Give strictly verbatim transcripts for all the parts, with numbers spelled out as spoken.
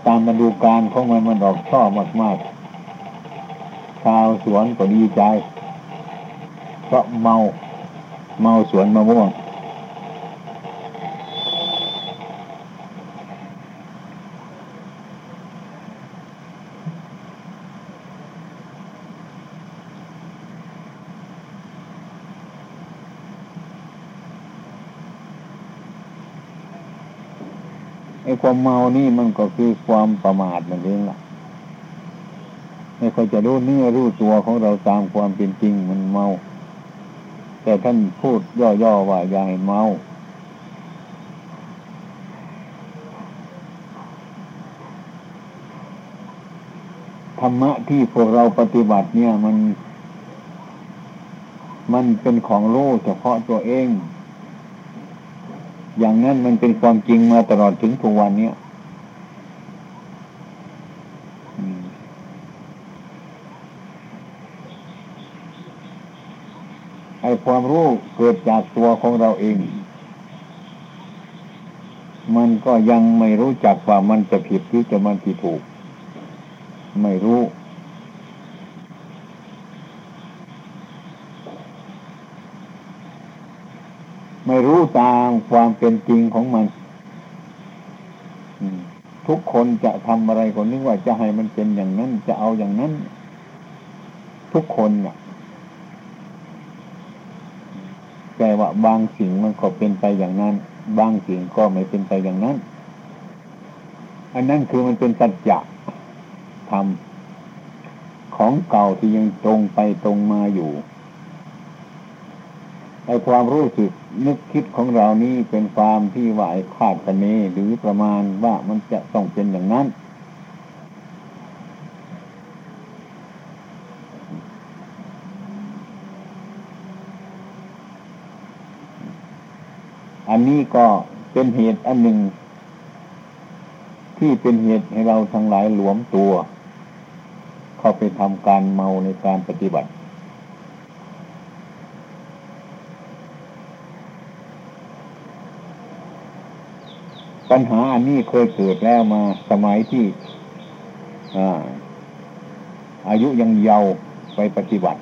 ตามฤดูกาลของมันมันออกช่อมากๆชาวสวนก็ดีใจเพราะเมาเมาสวนมะม่วงไอ้ความเมานี่มันก็คือความประมาทนั่นเองล่ะไม่ค่อยจะรู้เนื้อรู้ตัวของเราตามความเป็นจริงมันเมาแต่ท่านพูดย่อๆว่าอย่าให้เมาธรรมะที่พวกเราปฏิบัติเนี่ยมันมันเป็นของรู้เฉพาะตัวเองอย่างนั้นมันเป็นความจริงมาตลอดถึงทุกวันนี้ไอ้ความรู้เกิดจากตัวของเราเองมันก็ยังไม่รู้จักว่ามันจะผิดหรือจะมันผิดถูกไม่รู้ไม่รู้ตามความเป็นจริงของมันทุกคนจะทำอะไรก็นึกว่าจะให้มันเป็นอย่างนั้นจะเอาอย่างนั้นทุกคนน่ะแต่ว่าบางสิ่งมันก็เป็นไปอย่างนั้นบางสิ่งก็ไม่เป็นไปอย่างนั้นอันนั้นคือมันเป็นสัจจะธรรมของเก่าที่ยังตรงไปตรงมาอยู่ไอ้ความรู้สึกนึกคิดของเรานี่เป็นความที่ว่าไอ้คาดคะเนหรือประมาณว่ามันจะต้องเป็นอย่างนั้นอันนี้ก็เป็นเหตุอันหนึ่งที่เป็นเหตุให้เราทั้งหลายหลวมตัวเข้าไปทำการเมาในการปฏิบัติปัญหาอันนี้เคยเกิดแล้วมาสมัยที่อาอายุยังเยาว์ไปปฏิบัติ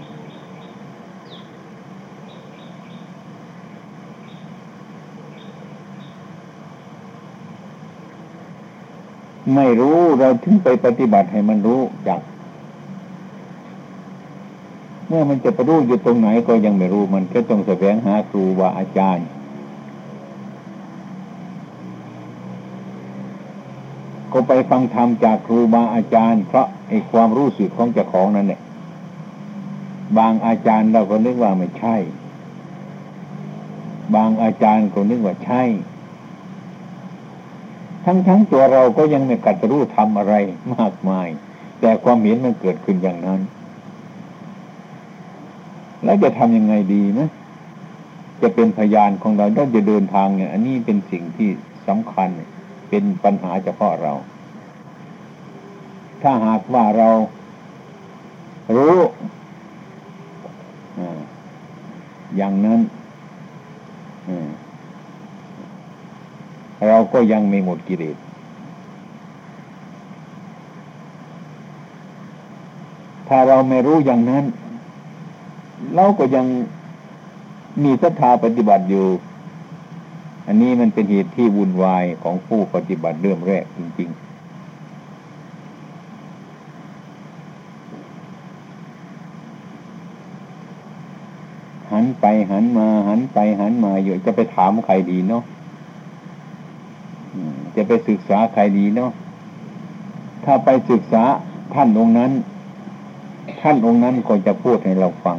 ไม่รู้เราถึงไปปฏิบัติให้มันรู้จักเมื่อมันจะไปรู้อยู่ตรงไหนก็ยังไม่รู้มันก็ต้องแสวงหาครูบาอาจารย์ก็ไปฟังธรรมจากครูบาอาจารย์เพราะไอ้ความรู้สึกของเจ้าของนั่นแหละบางอาจารย์เราก็นึกว่าไม่ใช่บางอาจารย์ก็นึกว่าใช่ทั้งๆตัวเราก็ยังไม่กัดรู้ทำอะไรมากมายแต่ความเห็นมันเกิดขึ้นอย่างนั้นแล้วจะทำยังไงดีนะจะเป็นพยานของเราต้องจะเดินทางเนี่ยอันนี้เป็นสิ่งที่สำคัญเป็นปัญหาเฉพาะเราถ้าหากว่าเรารู้อย่างนั้นเราก็ยังไม่หมดกิเลสถ้าเราไม่รู้อย่างนั้นเราก็ยังมีศรัทธาปฏิบัติอยู่อันนี้มันเป็นเหตุที่วุ่นวายของผู้ปฏิบัติเริ่มแรกจริงๆหันไปหันมาหันไปหันมาอยู่จะไปถามใครดีเนาะจะไปศึกษาใครดีเนาะถ้าไปศึกษาท่านองค์นั้นท่านองค์นั้นก็จะพูดให้เราฟัง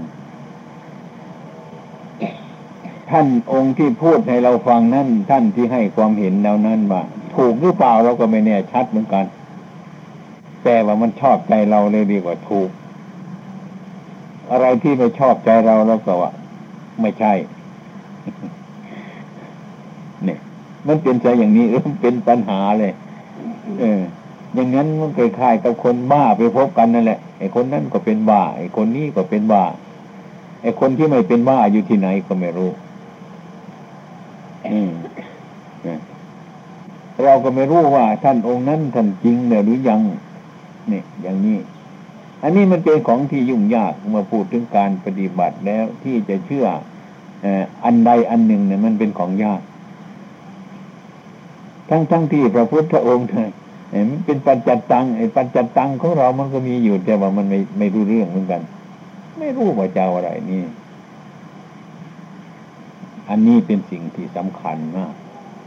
ท่านองค์ที่พูดให้เราฟังนั้นท่านที่ให้ความเห็นเรานั้นว่าถูกหรือเปล่าเราก็ไม่แน่ชัดเหมือนกันแต่ว่ามันชอบใจเราเลยดีกว่าถูกอะไรที่ไม่ชอบใจเราเราก็ว่าไม่ใช่เนี่ยมันเป็นใจอย่างนี้มันเป็นปัญหาเลยเอออย่างนั้นมันคล้ายๆกับคนบ้าไปพบกันนั่นแหละไอ้คนนั้นก็เป็นบ้าไอ้คนนี้ก็เป็นบ้าไอ้คนที่ไม่เป็นบ้าอยู่ที่ไหนก็ไม่รู้อืมเราก็ไม่รู้ว่าท่านองค์นั้นท่านจริงหรือยังเนี่ยอย่างนี้อันนี้มันเป็นของที่ยุ่งยากเมื่อพูดถึงการปฏิบัติแล้วที่จะเชื่ออันใดอันหนึ่งเนี่ยมันเป็นของยากทั้งทั้งที่พระพุทธองค์มันเป็นปัจจัตตังไอ้ปัจจัตตังของเรามันก็มีอยู่แต่ว่ามันไม่ไม่รู้เรื่องเหมือนกันไม่รู้ว่าเจ้าอะไรนี่อันนี้เป็นสิ่งที่สำคัญมาก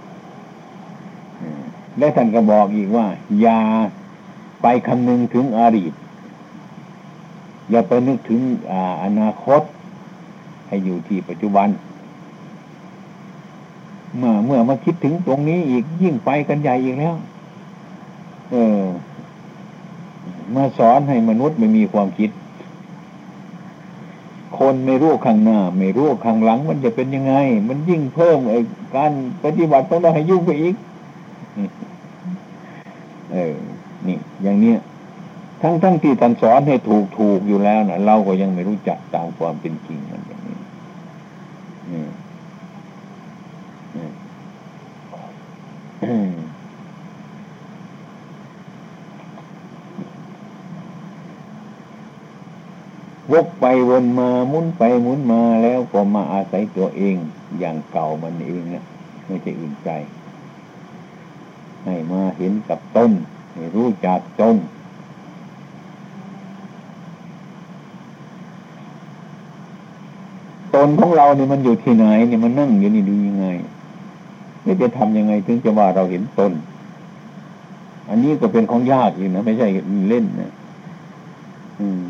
และท่านก็บอกอีกว่าอย่าไปคำนึงถึงอดีตอย่าไปนึกถึงอ่าอนาคตให้อยู่ที่ปัจจุบันเมื่อเมื่อมาคิดถึงตรงนี้อีกยิ่งไปกันใหญ่อีกแล้วเออมาสอนให้มนุษย์ไม่มีความคิดคนไม่รู้ข้างหน้าไม่รู้ข้างหลังมันจะเป็นยังไงมันยิ่งเพิ่มไอ้การปฏิบัติของเราให้ยุ่งไปอีกเออนี่อย่างเนี้ยทั้งทั้งที่ท่านสอนให้ถูกถูกอยู่แล้วนะเราก็ยังไม่รู้จักตามความเป็นจริงมันอย่างนี้วกไปวนมาหมุนไปหมุนมาแล้วก็มาอาศัยตัวเองอย่างเก่ามันเองนะไม่ใช่อื่นใจให้มาเห็นกับต้นให้รู้จักต้นตนของเราเนี่ยมันอยู่ที่ไหนเนี่ยมันนั่งอยู่นี่ดูยังไงไม่จะทำยังไงถึงจะว่าเราเห็นตนอันนี้ก็เป็นของยากอยู่นะไม่ใช่เล่นนะอืม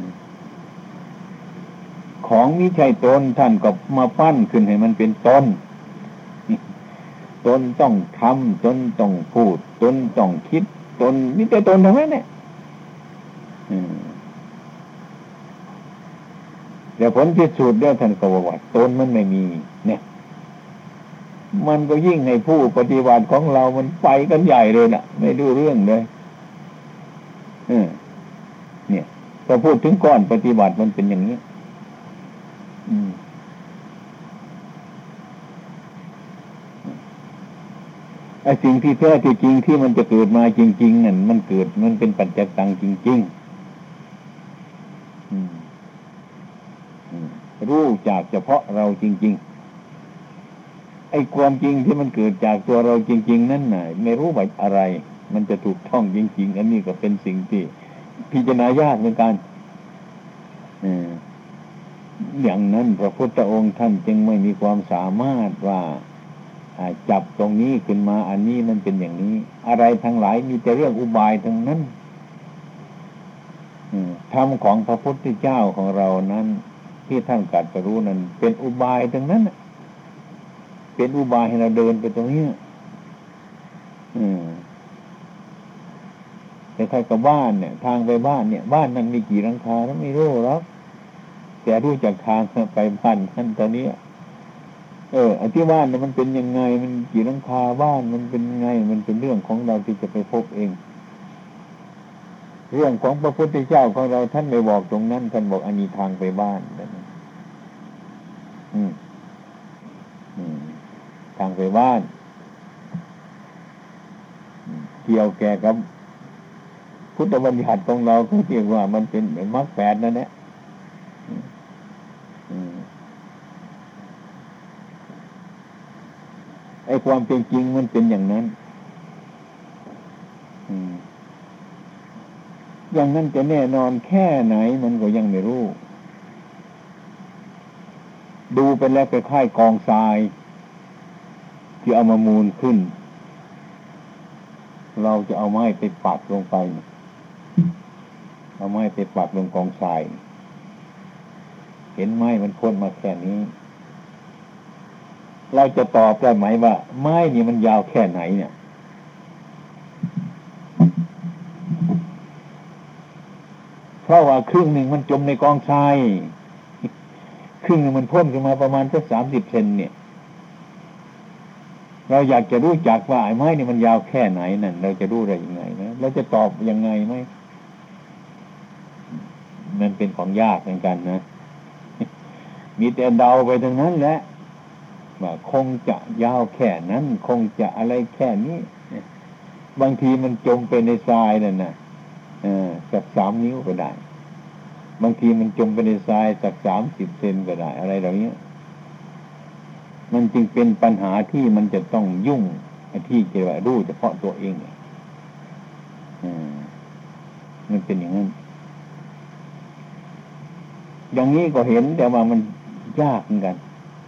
ของมิใช่ตนท่านก็มาปั้นขึ้นให้มันเป็นตนตนต้องทำตนต้องพูดตนต้องคิดตนนี่แต่ตนทั้งนั้นเนี่ยเดี๋ยวผลพิสูจน์ได้ท่านก็บอกว่าตนมันไม่มีเนี่ยมันก็ยิ่งให้ผู้ปฏิบัติของเรามันไปกันใหญ่เลยน่ะไม่ดูเรื่องเลยเออเนี่ยพอพูดถึงก้อนปฏิบัติมันเป็นอย่างนี้อืมไอ้สิ่งที่แท้ที่จริงที่มันจะเกิดมาจริงๆนั่นมันเกิดมันเป็นปัจจัยตังจริงๆอืมรู้จากเฉพาะเราจริงๆไอ้ความจริงที่มันเกิดจากตัวเราจริงๆนั่นน่ะไม่รู้ว่าอะไรมันจะถูกท่องจริงๆอันนี้ก็เป็นสิ่งที่พิจารณายากเหมือนกันอย่างนั้นพระพุทธองค์ท่านจึงไม่มีความสามารถว่าจับตรงนี้ขึ้นมาอันนี้มันเป็นอย่างนี้อะไรทั้งหลายมีแต่เรื่องอุบายทั้งนั้นธรรมของพระพุทธเจ้าของเรานั้นที่ท่านตรัสรู้นั้นเป็นอุบายทั้งนั้นเป็นอุบายให้เราเดินไปตรงนี้อืมแต่ใครกับบ้านเนี่ยทางไปบ้านเนี่ยบ้านนั้นมีกี่หลังคาแล้วไม่รู้หรอกแต่รู้จักทางไปบ้านท่านตอนนี้เออไอ้ที่บ้านเนี่ยมันเป็นยังไงมันกี่หลังคาบ้านมันเป็นยังไงมันเป็นเรื่องของเราที่จะไปพบเองเรื่องของพระพุทธเจ้าของเราท่านไม่บอกตรงนั้นท่านบอกอันนี้ทางไปบ้านนั่นอืมอืมทางไปบ้านเกี่ยวแก่กับพุทธบัญญัติของเราก็เรียกว่ามันเป็นมรรคแปดนั่นแหละไอ้ความเป็นจริงมันเป็นอย่างนั้นอย่างนั้นจะแน่นอนแค่ไหนมันก็ยังไม่รู้ดูไปแล้วคล้ายๆกองทรายที่เอามามูลขึ้นเราจะเอาไม้ไปปักลงไปเอาไม้ไปปักลงกองทรายเห็นไม้มันพ้นมาแค่นี้เราจะตอบได้ไหมว่าไม้นี่มันยาวแค่ไหนเนี่ยเพราะว่าครึ่งหนึ่งมันจมในกองทรายครึ่งหนึ่งมันพ้นขึ้นมาประมาณสักสามสิบเซนเนี่ยเราอยากจะรู้จักว่าไอ้ไม้นี่มันยาวแค่ไหนนั่นเราจะรู้ได้ยังไงนะเราจะตอบยังไงไหมมันเป็นของยากเหมือนกันนะมีแต่เดาไปทั้งนั้นแหละว่าคงจะยาวแค่นั้นคงจะอะไรแค่นี้บางทีมันจมไปในทรายนั่นน่ะเออสักสามนิ้วก็ได้บางทีมันจมไปในทรายสักสามสิบเซนก็ได้อะไรเหล่านี้มันจึงเป็นปัญหาที่มันจะต้องยุ่งที่จะว่ารู้เฉพาะตัวเองอืมมันเป็นอย่างนั้นอย่างนี้ก็เห็นแต่ว่ามันยากเหมือนกัน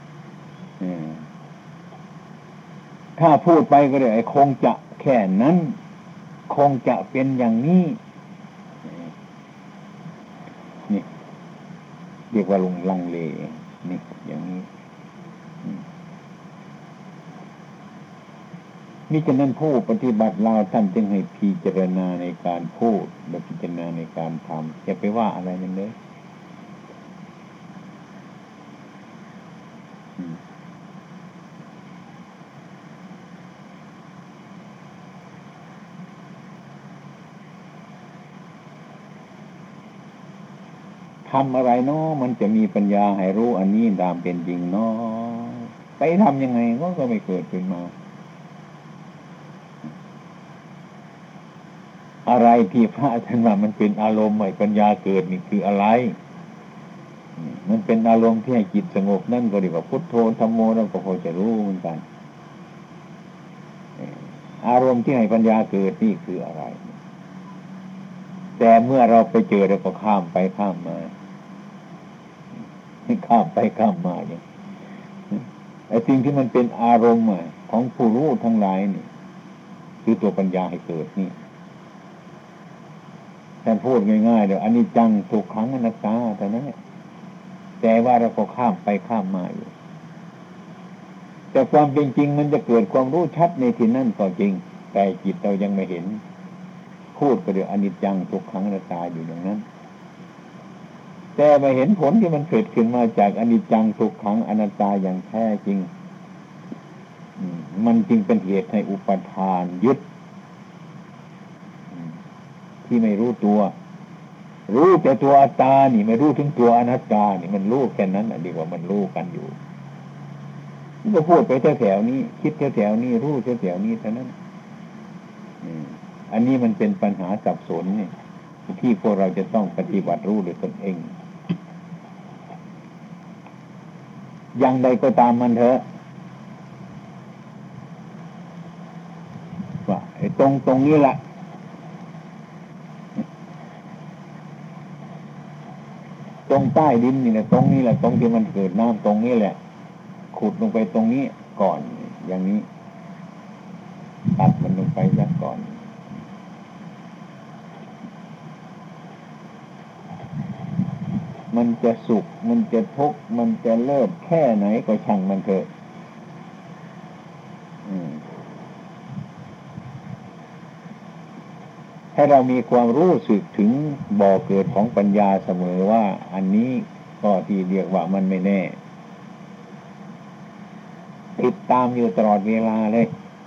ถ้าพูดไปก็เลยคงจะแค่นั้นคงจะเป็นอย่างนี้นี่เรียกว่าลงลังเลนี่อย่างนี้นี่ฉะนั้นผู้ปฏิบัติเราท่านจึงให้พิจารณาในการพูดและพิจารณาในการทำอย่าไปว่าอะไรนั่นเลยทำอะไรเนาะมันจะมีปัญญาให้รู้อันนี้ตามเป็นจริงเนาะไปทำยังไงก็ก็ไม่เกิดขึ้นมาอะไรที่พระท่านว่ามันเป็นอารมณ์ใหม่ปัญญาเกิดนี่คืออะไรมันเป็นอารมณ์ที่ให้จิตสงบนั่นก็เรียกว่าพุทโธธัมโมเราก็พอจะรู้เหมือนกันอารมณ์ที่ให้ปัญญาเกิดนี่คืออะไรแต่เมื่อเราไปเจอเราก็ข้ามไปข้ามมาข้ามไปข้ามมาอย่างไอ้สิ่งที่มันเป็นอารมณ์ของผู้รู้ทั้งหลายนี่คือตัวปัญญาให้เกิดนี่ท่านพูดง่ายๆเดี๋ยวอนิจจังทุกขังอนัตตาแต่นั้นแต่ว่าเราก็ข้ามไปข้ามมาอยู่แต่ความเป็นจริงมันจะเกิดความรู้ชัดในที่นั่นก็จริงแต่จิตเรายังไม่เห็นพูดก็เดี๋ยวอนิจจังทุกขังอนัตตาอยู่อย่างนั้นแต่ไม่เห็นผลที่มันเกิดขึ้นมาจากอนิจจังทุกขังอนัตตาอย่างแท้จริงมันจึงเป็นเหตุให้อุปทานยึดที่ไม่รู้ตัวรู้แต่ตัวอัตตานี่ไม่รู้ถึงตัวอนัตตานี่มันรู้แค่นั้นดีกว่ามันรู้กันอยู่มันก็พูดไปแถวๆนี้คิดแถวๆนี้รู้แถวๆนี้เท่านั้นอันนี้มันเป็นปัญหาสับสนนี่ที่พวกเราจะต้องปฏิบัติรู้ด้วยตนเองอย่างใดก็ตามมันเถอะว่าไอ้ตรงตรงนี้แหละตรงใต้ดินนี่แหละตรงนี้แหละตรงที่มันเกิดน้ำตรงนี้แหละขุดลงไปตรงนี้ก่อนอย่างนี้ตัดมันลงไปซะก่อนมันจะสุขมันจะทุกข์มันจะเลิศแค่ไหนก็ช่างมันเถอะให้เรามีความรู้สึกถึงบ่อเกิดของปัญญาเสมอว่าอันนี้ก็ที่เรียกว่ามันไม่แน่ติดตามอยู่ตลอดเวลาเลย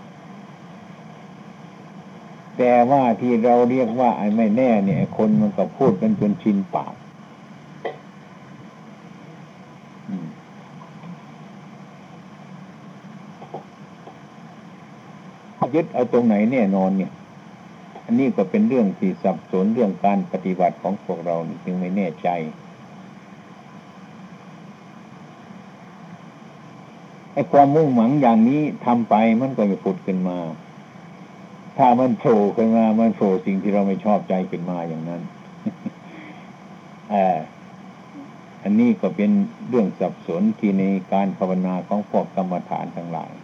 แต่ว่าที่เราเรียกว่าไอ้ไม่แน่เนี่ยคนมันก็พูดกันจนชินปากยึดเอาตรงไหนแน่นอนเนี่ยอันนี้ก็เป็นเรื่องที่สับสนเรื่องการปฏิบัติของพวกเราจึงไม่แน่ใจไอ้ความมุ่งหวังอย่างนี้ทำไปมันก็จะผุดขึ้นมาถ้ามันโผล่ขึ้นมามันโผล่สิ่งที่เราไม่ชอบใจขึ้นมาอย่างนั้นอ่าอันนี้ก็เป็นเรื่องสับสนที่ในการภาวนาของพวกกรรมฐานทั้งหลาย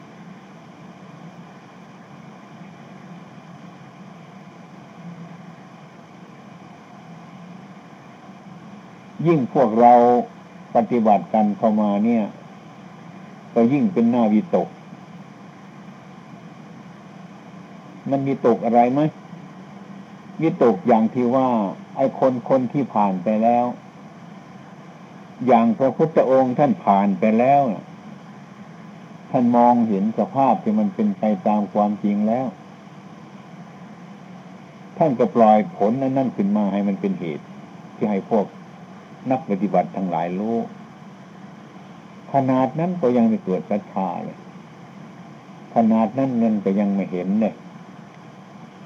ยิ่งพวกเราปฏิบัติกันเข้ามาเนี่ยก็ยิ่งเป็นหน้าวิตกมันวิตกอะไรไหมวิตกอย่างที่ว่าไอ้คนคนที่ผ่านไปแล้วอย่างพระพุทธองค์ท่านผ่านไปแล้วท่านมองเห็นสภาพที่มันเป็นไปตามความจริงแล้วท่านก็ปล่อยผลนั้นนั่นขึ้นมาให้มันเป็นเหตุที่ให้พวกนักปฏิบัติทั้งหลายรู้ขนาดนั้นก็ยังไม่เกิดศรัทธาเลยขนาดนั้นเงินก็ยังไม่เห็นเลย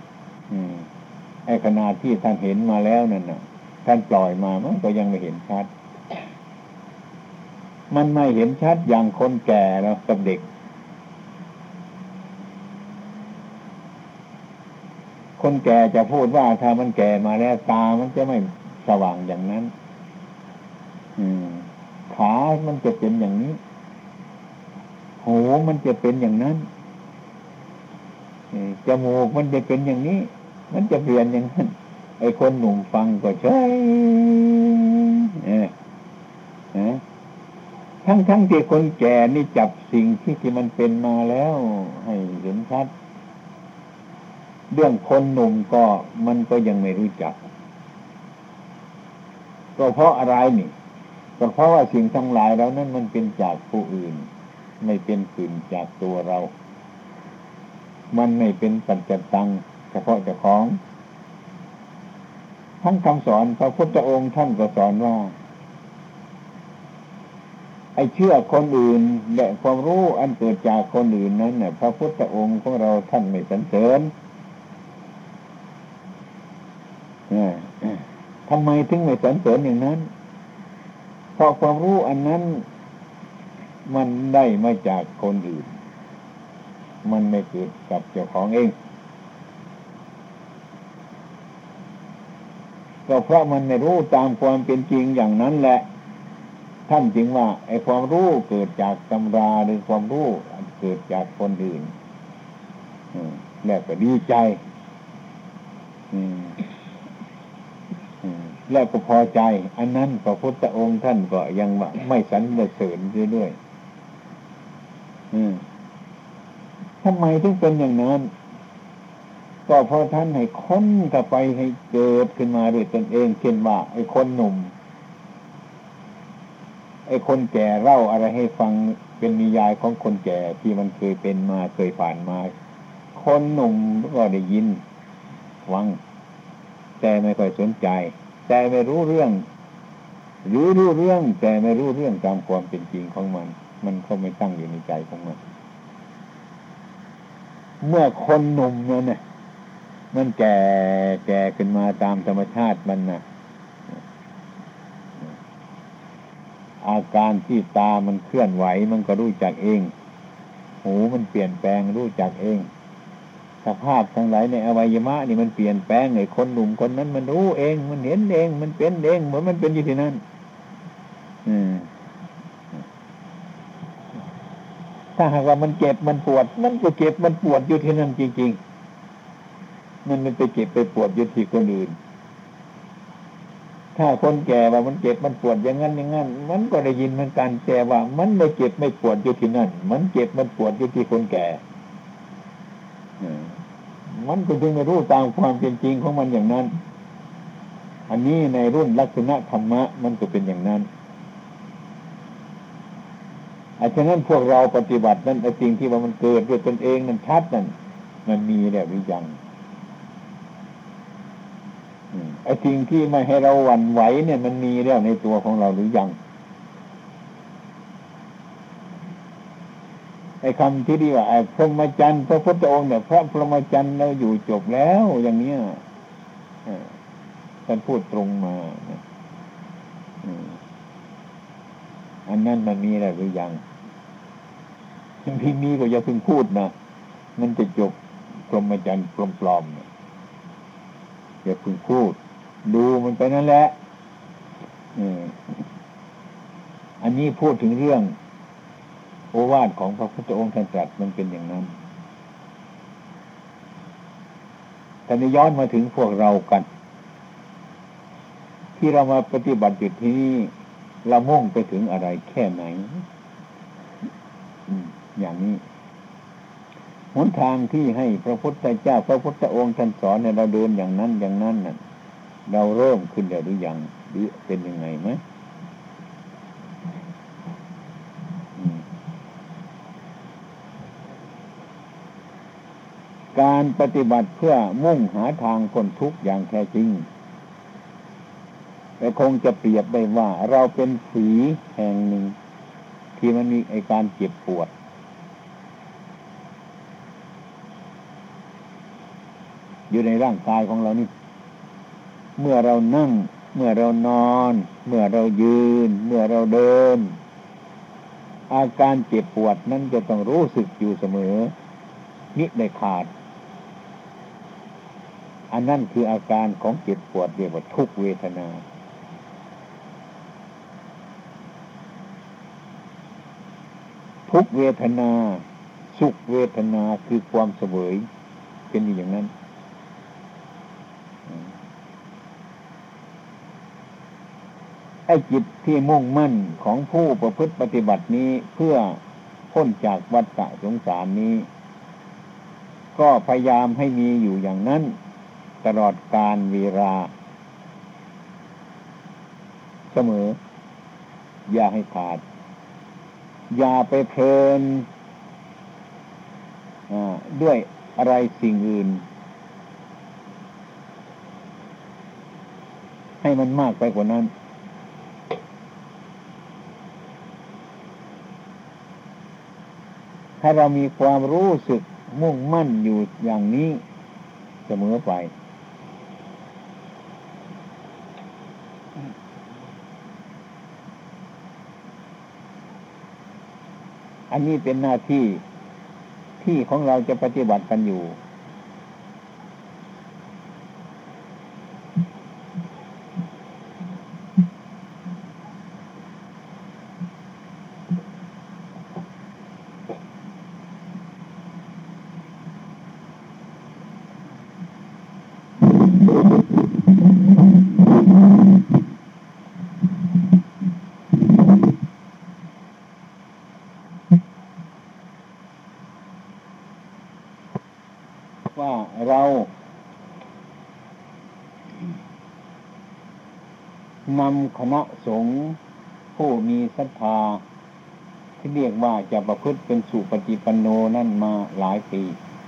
อ้ขณะที่ท่านเห็นมาแล้วนั่นน่ะท่านปล่อยมามันก็ยังไม่เห็นชัดมันไม่เห็นชัดอย่างคนแก่แล้วกับเด็กคนแก่จะพูดว่าถ้ามันแก่มาแล้วตามันจะไม่สว่างอย่างนั้นขามันจะเป็นอย่างนี้หูมันจะเป็นอย่างนั้นจมูกมันจะเป็นอย่างนี้มันจะเปลี่ยนอย่างนั้นไอ้คนหนุ่มฟังก็ใช่ทั้งทั้งที่คนแก่นี่จับสิ่งที่ที่มันเป็นมาแล้วให้เห็นชัดเรื่องคนหนุ่มก็มันก็ยังไม่รู้จักก็เพราะอะไรนี่ก็เพราะว่าสิ่งทั้งหลายแล้วนั้นมันเป็นจากผู้อื่นไม่เป็นขึ้นจากตัวเรามันไม่เป็นปัจจตังเฉพาะเจ้าของทั้งคำสอนพระพุทธองค์ท่านก็สอนว่าไอ้เชื่อคนอื่นและความรู้อันเกิดจากคนอื่นนั้นเนี่ยพระพุทธองค์ของเราท่านไม่สรรเสริญทำไมถึงไม่สรรเสริญอย่างนั้นเพราะความรู้อันนั้นมันได้มาจากคนอื่นมันไม่เกิดกับเจ้าของเองก็เพราะมันไม่รู้ตามความเป็นจริงอย่างนั้นแหละท่านจึงว่าไอ้ความรู้เกิดจากตำราหรือความรู้เกิดจากคนอื่นแล้วก็ดีใจแล้วก็พอใจอันนั้นพระพุทธองค์ท่านก็ยังว่าไม่สรรเสริญด้วยทำไมถึงเป็นอย่างนั้นก็เพราะท่านให้ค้นเข้าไปให้เกิดขึ้นมาด้วยตนเองเช่นว่าไอ้คนหนุ่มไอ้คนแก่เล่าอะไรให้ฟังเป็นนิยายของคนแก่ที่มันเคยเป็นมาเคยผ่านมาคนหนุ่มก็ได้ยินฟังแต่ไม่ค่อยสนใจแต่ไม่รู้เรื่องหรือรู้เรื่องแต่ไม่รู้เรื่องตามความเป็นจริงของมันมันก็ไม่ตั้งอยู่ในใจของมันเมื่อคนหนุ่มนั่นน่ะมันแก่แก่ขึ้นมาตามธรรมชาติมันน่ะอาการที่ตามันเคลื่อนไหวมันก็รู้จักเองหูมันเปลี่ยนแปลงรู้จักเองสภาพทั้งหลายในอวัยวะนี่มันเปลี่ยนแปลงไอ้คนหนุ่มคนนั้นมันรู้เองมันเห็นเองมันเป็นเองเหมือนมันเป็นอยู่ที่นั่นอืมถ้าหากว่ามันเจ็บมันปวดมันก็เจ็บมันปวดอยู่ที่นั่นจริงๆมันไม่ไปเจ็บไปปวดอยู่ที่คนอื่นถ้าคนแก่ว่ามันเจ็บมันปวดอย่างนั้นอย่างนั้นมันก็ได้ยินเหมือนกันแต่ว่ามันไม่เจ็บไม่ปวดอยู่ที่นั่นมันเจ็บมันปวดอยู่ที่คนแก่มันก็จึงไม่รู้ตามความเป็นจริงของมันอย่างนั้นอันนี้ในรุ่นลักษณะธรรมะมันก็เป็นอย่างนั้นอาฉะนั้นพวกเราปฏิบัตินั้นไอ้สิ่งที่ว่ามันเกิดด้วยตนเองนั้นชัดนั่นมันมีแล้วหรือยังไอ้สิ่งที่ไม่ให้เราหวั่นไหวเนี่ยมันมีแล้วในตัวของเราหรือยังไอ้คำที่ดีว่าไอ้พรหมจรรย์พระพุทธองค์เนี่ยพระพรหมจรรย์เราอยู่จบแล้วอย่างเนี้ยท่านพูดตรงมาอันนั้นมันมีแล้วหรือยังที่มีก็อย่าเพิ่งพูดนะมันจะจบพรหมจรรย์ปลอมๆอย่าเพิ่งพูดดูมันไปนั่นแหละอันนี้พูดถึงเรื่องโอวาทของพระพุทธองค์ท่านตรัสมันเป็นอย่างนั้นแต่ในย้อนมาถึงพวกเรากันที่เรามาปฏิบัติอยู่ที่นี่เรามุ่งไปถึงอะไรแค่ไหนอย่างนี้หนทางที่ให้พระพุทธเจ้าพระพุทธองค์ท่านสอนเนี่ยเราเดินอย่างนั้นอย่างนั้นน่ะเราเริ่มขึ้นแล้วหรือยังหรือเป็นยังไงไหมการปฏิบัติเพื่อมุ่งหาทางพ้นทุกข์อย่างแท้จริงแต่คงจะเปรียบได้ว่าเราเป็นฝีแห่งหนึ่งที่มันมีไอ้การเจ็บปวดอยู่ในร่างกายของเรานี่เมื่อเรานั่งเมื่อเรานอนเมื่อเรายืนเมื่อเราเดินอาการเจ็บปวดนั้นจะต้องรู้สึกอยู่เสมอมิได้ขาดอันนั้นคืออาการของเจ็บปวดเรียกว่าทุกขเวทนาทุกขเวทนาสุขเวทนาคือความเสวยเป็นอย่างนั้นไอ้จิตที่มุ่งมั่นของผู้ประพฤติปฏิบัตินี้เพื่อพ้นจากวัฏฏะสงสารนี้ก็พยายามให้มีอยู่อย่างนั้นตลอดกาลเวลาเสมออย่าให้ขาดอย่าไปเพลินด้วยอะไรสิ่งอื่นให้มันมากไปกว่านั้นถ้าเรามีความรู้สึกมุ่งมั่นอยู่อย่างนี้เสมอไปอันนี้เป็นหน้าที่ที่ของเราจะปฏิบัติกันอยู่ว่าเรานำคณะสงฆ์ผู้มีศรัทธาที่เรียกว่าจะประพฤติเป็นสุปฏิปันโนนั่นมาหลายปี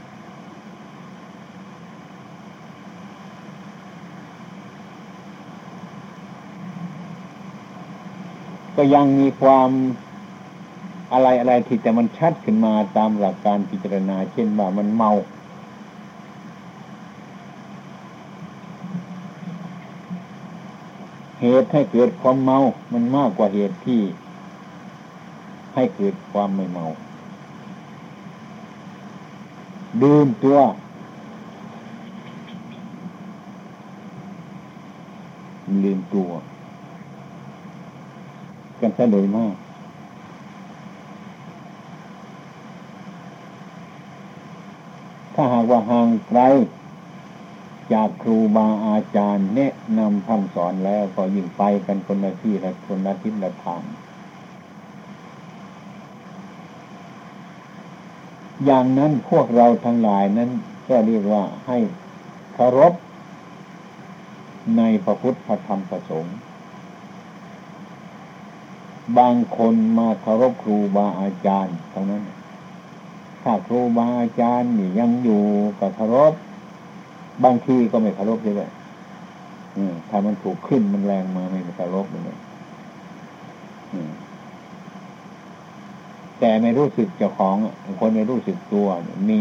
ก็ยังมีความอะไรอะไรที่แต่มันชัดขึ้นมาตามหลักการพิจารณาเช่นว่ามันเมาเหตุให้เกิดความเมามันมากกว่าเหตุที่ให้เกิดความไม่เมาดื่มตัวลืมตัวกันซะโดยมากถ้าหากว่าห่างไกลจากครูบาอาจารย์แนะนำคำสอนแล้วก็ยิ่งไปกันคนละที่ละคนละทิศละทางอย่างนั้นพวกเราทั้งหลายนั้นก็เรียกว่าให้เคารพในพระพุทธพระธรรมพระสงฆ์บางคนมาเคารพครูบาอาจารย์เท่านั้นถ้าครูบาอาจารย์นี่ยังอยู่ก็เคารพบางทีก็ไม่เคารพเลยถ้ามันถูกขึ้นมันแรงมาไม่เคารพเลยแต่ไม่รู้สึกเจ้าของคนไม่รู้สึกตัวมี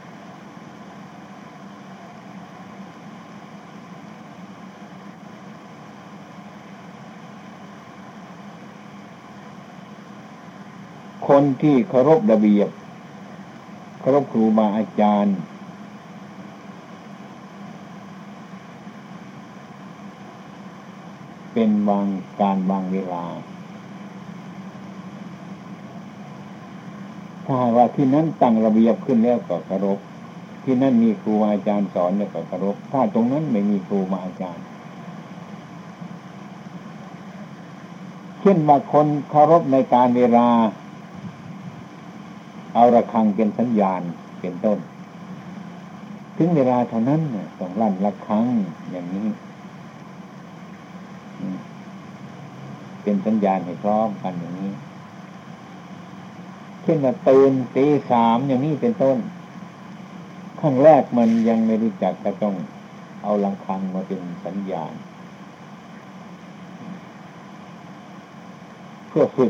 คนที่เคารพระเบียบเคารพครูบาอาจารย์เป็นบางการบางเวลาถ้าว่าที่นั้นตั้งระเบียบขึ้นแล้วก็เคารพที่นั่นมีครูอาจารย์สอนแล้วก็เคารพถ้าตรงนั้นไม่มีครูอาจารย์เช่นว่าคนเคารพในการเวลาเอาระฆังเป็นสัญญาณเป็นต้นถึงเวลาเท่านั้นต้องลั่นระฆังอย่างนี้เป็นสัญญาณให้พร้อมกันอย่างนี้เช่นว่าตื่นตีสามอย่างนี้เป็นต้นขั้นแรกมันยังไม่รู้จักก็ต้องเอาระฆังมาเป็นสัญญาณเพื่อฝึก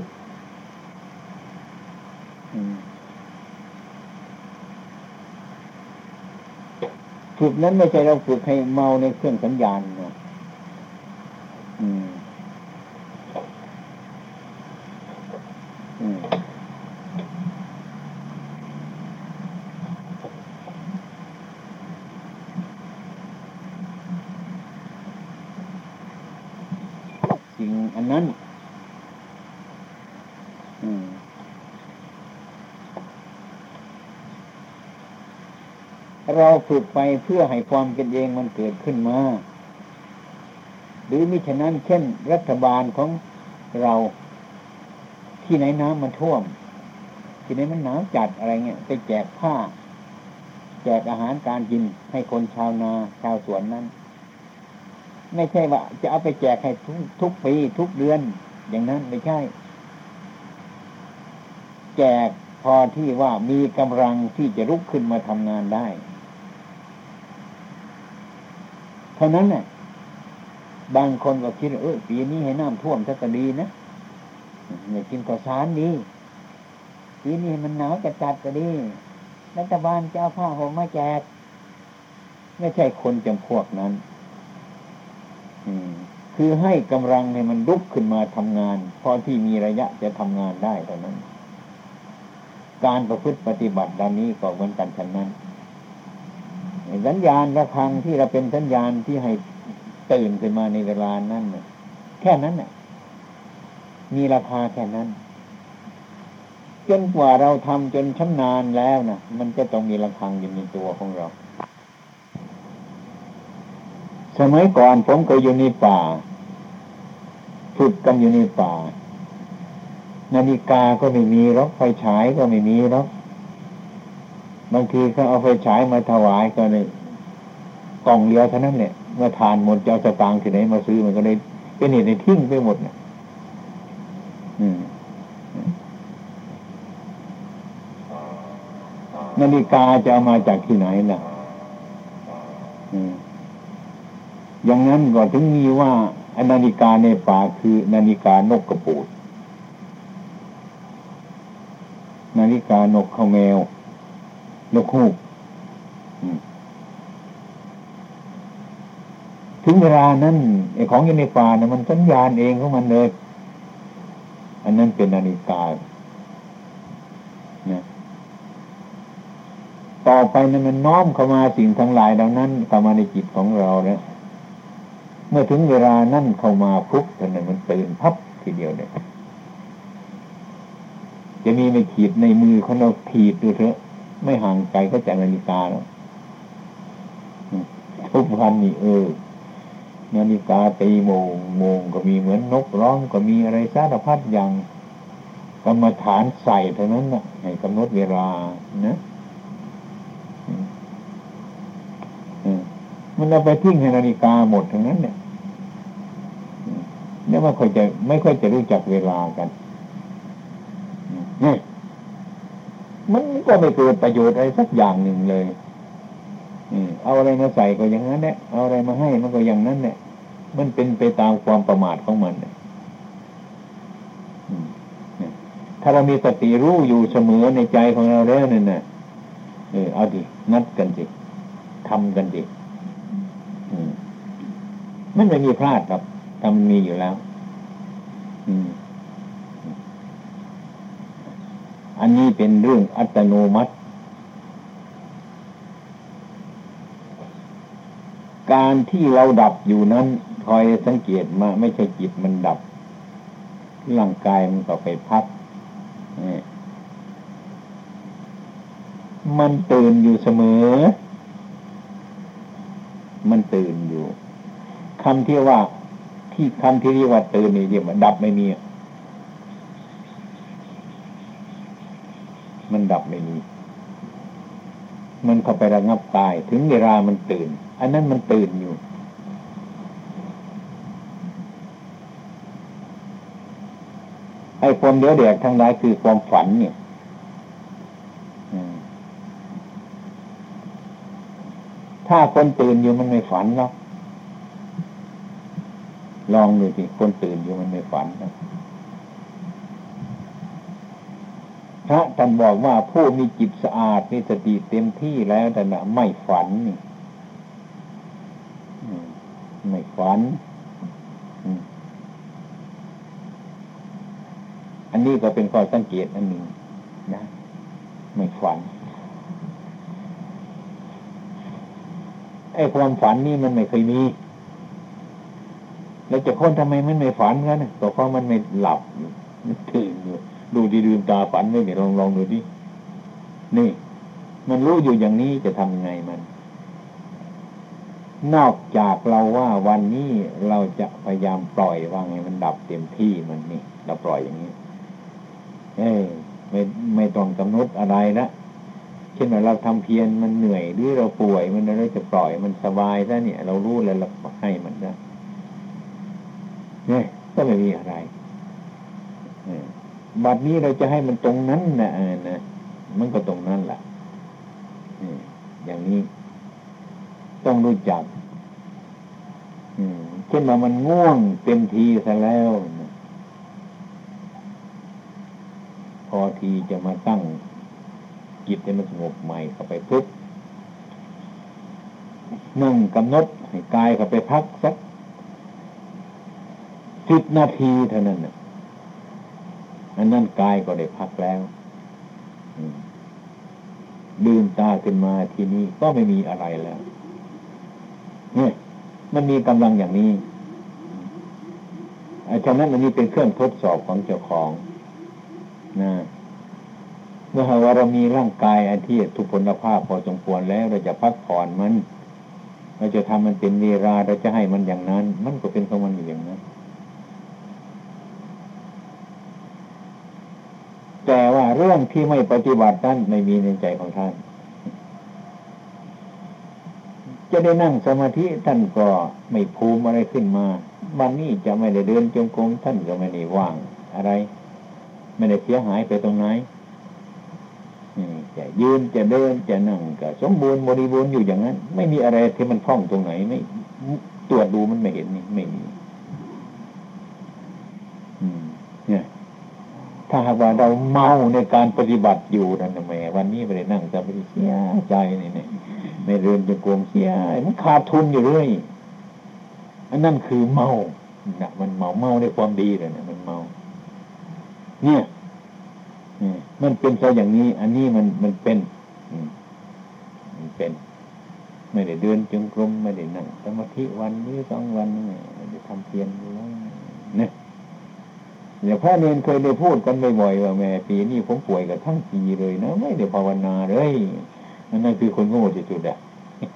ฝึกนั้นไม่ใช่เราฝึกให้เมาในเครื่องสัญญาณนะอันนั้นเราฝึกไปเพื่อให้ความเป็นเองมันเกิดขึ้นมาหรือมิฉะนั้นเช่นรัฐบาลของเราที่ไหนน้ำมันท่วมที่ไหนมันหนาวจัดอะไรเงี้ยไปแจกผ้าแจกอาหารการกินให้คนชาวนาชาวสวนนั้นไม่ใช่ว่าจะเอาไปแจกให้ทุกทุกปีทุกเดือนอย่างนั้นไม่ใช่แจกพอที่ว่ามีกำลังที่จะลุกขึ้นมาทำงานได้เท่านั้นแหละบางคนก็คิดว่าเออปีนี้ให้น้ำท่วมสักดีนะอยากกินข้าวสารดีปีนี้มันหนาวจัดจัดก็ดีรัฐบาลจะเอาผ้าห่มมาแจกไม่ใช่คนจำพวกนั้นคือให้กำลังให้มันลุกขึ้นมาทำงานพอที่มีระยะจะทำงานได้เท่านั้นการประพฤติปฏิบัติดังนี้ก็เหมือนกันฉะนั้นสัญญาณระฆังที่เราเป็นสัญญาณที่ให้ตื่นขึ้นมาในเวลานั้นแค่นั้นน่ะมีราคาแค่นั้นจนกว่าเราทำจนชำนาญแล้วนะมันจะต้องมีระฆังอยู่ในตัวของเราสมัยก่อนผมก็อยู่ในป่าฝึกกันอยู่ในป่านาฬิกาก็ไม่มีหรอกไฟฉายก็ไม่มีหรอกบางทีเขาเอาไฟฉายมาถวายก็เลยกล่องเดียวเท่านั้นแหละเมื่อทานหมดจะเอาสตางค์ที่ไหนมาซื้อมันก็เลยเป็นเหตุในทิ้งไปหมดนะนาฬิกาจะเอามาจากที่ไหนล่ะอย่างนั้นก็ถึงมีว่านาฬิกาในป่าคือนาฬิกานกกระปูดนาฬิกานกข้าวแมวนกฮูกถึงเวลานั้นไอ้ของอยู่ในป่านะมันสัญญาณเองของมันเลยอันนั้นเป็นนาฬิกานะต่อไปนั้นมันน้อมเข้ามาสิ่งทั้งหลายเหล่านั้นเข้ามาในจิตของเราเนี่ยเมื่อถึงเวลานั้นเข้ามาปุ๊บท่านนั้นมันตื่นพับทีเดียวเนี่ยจะมีไม่ขีดในมือของเราขีดดูเถอะไม่ห่างไกลก็จากนาฬิกาแล้วทุกวันนี้เออนาฬิกาตีโมงโมงก็มีเหมือนนกร้องก็มีอะไรสารพัดอย่างกรรมฐานใส่เท่านั้นนะให้กำหนดเวลานะมันเอาไปทิ้งให้นาฬิกาหมดทั้งนั้นเนี่ยแล้วไม่ค่อยจะไม่ค่อยจะรู้จักเวลากันนี่มันก็ไม่เกิดประโยชน์อะไรสักอย่างหนึ่งเลยเอาอะไรมาใส่ก็อย่างนั้นแหละเอาอะไรมาให้มันก็อย่างนั้นแหละมันเป็นไปตามความประมาทของมันถ้าเรามีสติรู้อยู่เสมอในใจของเราแล้วนั่นน่ะเออเอาดินัดกันสิทำกันดิมันไม่มีพลาดครับทำมีอยู่แล้วอันนี้เป็นเรื่องอัตโนมัติการที่เราดับอยู่นั้นคอยสังเกตมาไม่ใช่จิตมันดับร่างกายมันก็ไปพักมันตื่นอยู่เสมอมันตื่นอยู่คำที่ว่าที่คำที่เรียกว่าตื่นนี่เรียกว่าดับไม่มีมันดับไม่มีมันเข้าไประงับตายถึงเวลามันตื่นอันนั้นมันตื่นอยู่ไอ้ความเดือดแดกทั้งหลายคือความฝันเนี่ยถ้าคนตื่นอยู่มันไม่ฝันหรอกลองดูสิคนตื่นอยู่มันไม่ฝันนะพระท่านบอกว่าผู้มีจิตสะอาดมีสติเต็มที่แล้วแต่น่ะไม่ฝันนี่ไม่ฝันอันนี้ก็เป็นข้อสังเกตอันหนึ่งนะไม่ฝันไอ้ความฝันนี่มันไม่เคยมีแล้วจะคนทำไมมันไม่ฝันกันก็เพราะมันไม่หลับมันตื่นอยู่ดูดีลืมตาฝันไม่เดี๋ยวลองลองดูดินี่มันรู้อยู่อย่างนี้จะทำยังไงมันนอกจากเราว่าวันนี้เราจะพยายามปล่อยว่าไงมันดับเต็มที่มันนี่เราปล่อยอย่างนี้เอ้ยไม่ไม่ต้องกำหนดอะไรละเช่นว่าเราทำเพียรมันเหนื่อยหรือเราป่วยมันเราจะปล่อยมันสบายซะเนี่ยเรารู้แล้วเราให้มันนะเนี่ยก็ไม่มีอะไรบัดนี้เราจะให้มันตรงนั้นนะนะมันก็ตรงนั้นแหละอย่างนี้ต้องรู้จักเช่นว่ามันง่วงเต็มทีซะแล้วพอทีจะมาตั้งจิตให้มันสงบใหม่เข้าไปปุ๊บนั่งกำหนดให้กายเข้าไปพักสักสิบนาทีเท่านั้นน่ะอันนั้นกายก็ได้พักแล้วลืมตาขึ้นมาทีนี้ก็ไม่มีอะไรแล้วเนี่ยมันมีกำลังอย่างนี้ฉะนั้นอันนี้เป็นเครื่องทดสอบของเจ้าของนะเมื่อว่าเรามีร่างกายอันที่ทุพพลภาพพอสมควรแล้วเราจะพักผ่อนมันเราจะทำมันเป็นเวลาเราจะให้มันอย่างนั้นมันก็เป็นของมันอยู่อย่างนั้นแต่ว่าเรื่องที่ไม่ปฏิบัตินั้นไม่มีในใจของท่านจะได้นั่งสมาธิท่านก็ไม่ภูมิอะไรขึ้นมาวันนี้จะไม่ได้เดินจงกรมท่านก็ไม่ได้ว่างอะไรไม่ได้เสียหายไปตรงไหนจะยืนจะเดินจะนั่งก็สมบูรณ์บริบูรณ์อยู่อย่างนั้นไม่มีอะไรที่มันพร่องตรงไหนไม่ตรวจดูมันไม่เห็นนี่ไม่มีเนี่ยถ้าหากว่าเราเมาในการปฏิบัติอยู่นั่นแหละวันนี้ไม่ได้นั่งจะไปเสียใจนี่เนี่ยไม่เดินจะโกงเสียมันขาดทุนอยู่เรื่อยอันนั้นคือเมาน่ะมันเมาเมาในความดีเลยเนี่ยมันเมาเนี่ยมันเป็นซะอย่างนี้อันนี้มันมันเป็นมันเป็นไม่ได้เดินจงกรมไม่ได้นั่งสมาธิวันนี้สองวันไม่ได้ทำเพียรแล้วเนี่ยเดี๋ยวพ่อเนรเคยได้พูดกันบ่อยๆว่าแม่ปีนี้ผมป่วยกับทั้งปีเลยนะไม่ได้ภาวนาเลยนั่นคือคนโง่ที่สุดอ่ะ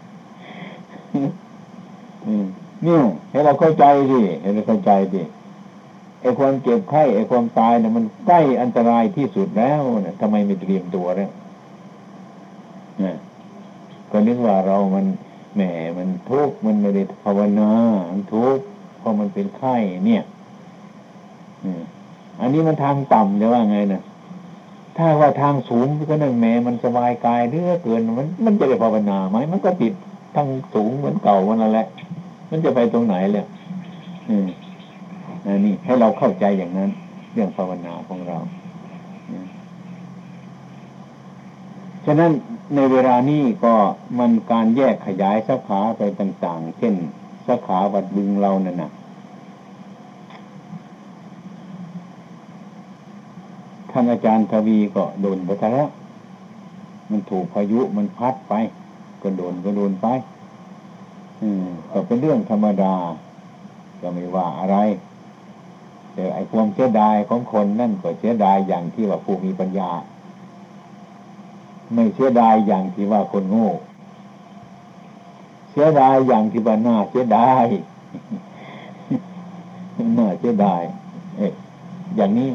เนี่ยให้เราเข้าใจดิให้เราเข้าใจดิไอ้ความเจ็บไข้ไอ้ความตายเนี่ยมันใกล้อันตรายที่สุดแล้วเนี่ยทำไมไม่เตรียมตัวแล้วเนี่ยก็นึกว่าเรามันแหมมันทุกข์มันไม่ได้ภาวนามันทุกข์เพราะมันเป็นไข้เนี่ยอันนี้มันทางต่ำจะว่าไงนะถ้าว่าทางสูงก็นั่นแหมมันสบายกายเรื่อเกินมันมันจะได้ภาวนาไหมมันก็ติดทางสูงเหมือนเก่าวันนั้นแหละมันจะไปตรงไหนเลยอืมอันนี้ให้เราเข้าใจอย่างนั้นเรื่องภาวนาของเราฉะนั้นในเวลานี้ก็มันการแยกขยายสาขาไปต่างๆเช่นสาขาวัดบึงเรานั่นน่ะท่านอาจารย์ทวีก็โดนไปแล้วมันถูกพายุมันพัดไปก็โดนก็โดนไปอืมก็เป็นเรื่องธรรมดาก็ไม่ว่าอะไรแต่ไอ้ความเสียดายของคนนั่นก็เสียดายอย่างที่ว่าผู้มีปัญญาไม่เสียดายอย่างที่ว่าคนโง่เสียดายอย่างที่ว่าน่าเสียดายน่าเสียดายเอ๊ะอย่างนี้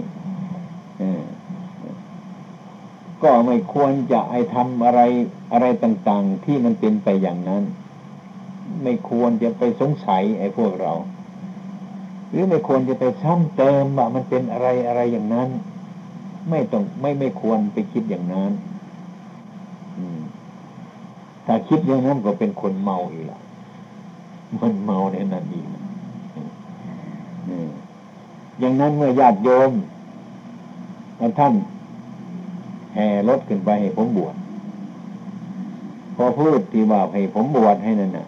ก็ไม่ควรจะไอ้ทำอะไรอะไรต่างๆที่มันเป็นไปอย่างนั้นไม่ควรจะไปสงสัยไอ้พวกเราหรือไม่ควรจะไปซ้ำเติมว่ามันเป็นอะไรอะไรอย่างนั้นไม่ต้องไม่ไม่ควรไปคิดอย่างนั้นถ้าคิดอย่างนั้นก็เป็นคนเมาอีกละมันเมาในนั้นอีกอย่างนั้นเมื่อญาติโยมท่านแห่รถขึ้นไปให้ผมบวชพอพูดที่ว่าให้ผมบวชให้นั่นน่ะ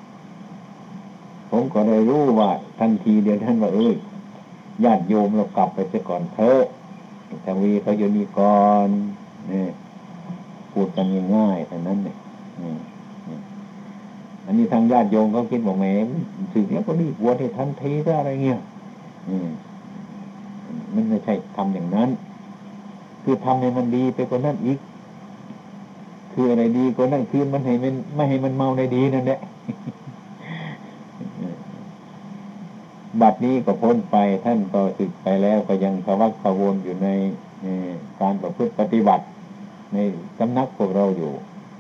ผมก็เลยรู้ว่าทันทีเดียวท่านว่าเอ้ยญาติโยมเรากลับไปซะก่อนเถอะทวีเขาอยู่นี่ก่อนนี่พูดกันง่ายๆเท่านั้นเนี่ยอันนี้ทางญาติโยมเขาคิดบอกแหมสึกแล้วก็รีบบวชให้ทันทีซะอะไรเงี้ยอืมมันไม่ใช่ทำอย่างนั้นคือทำให้มันดีไปกว่านั้นอีกคืออะไรดีกว่านั้นคือมันให้มันไม่ให้มันเมาในดีนั่นแหละ บัดนี้ก็พ้นไปท่านก็สึกไปแล้วก็ยังพะวักพะวนอยู่ในการประพฤติปฏิบัติในสำนักพวกเราอยู่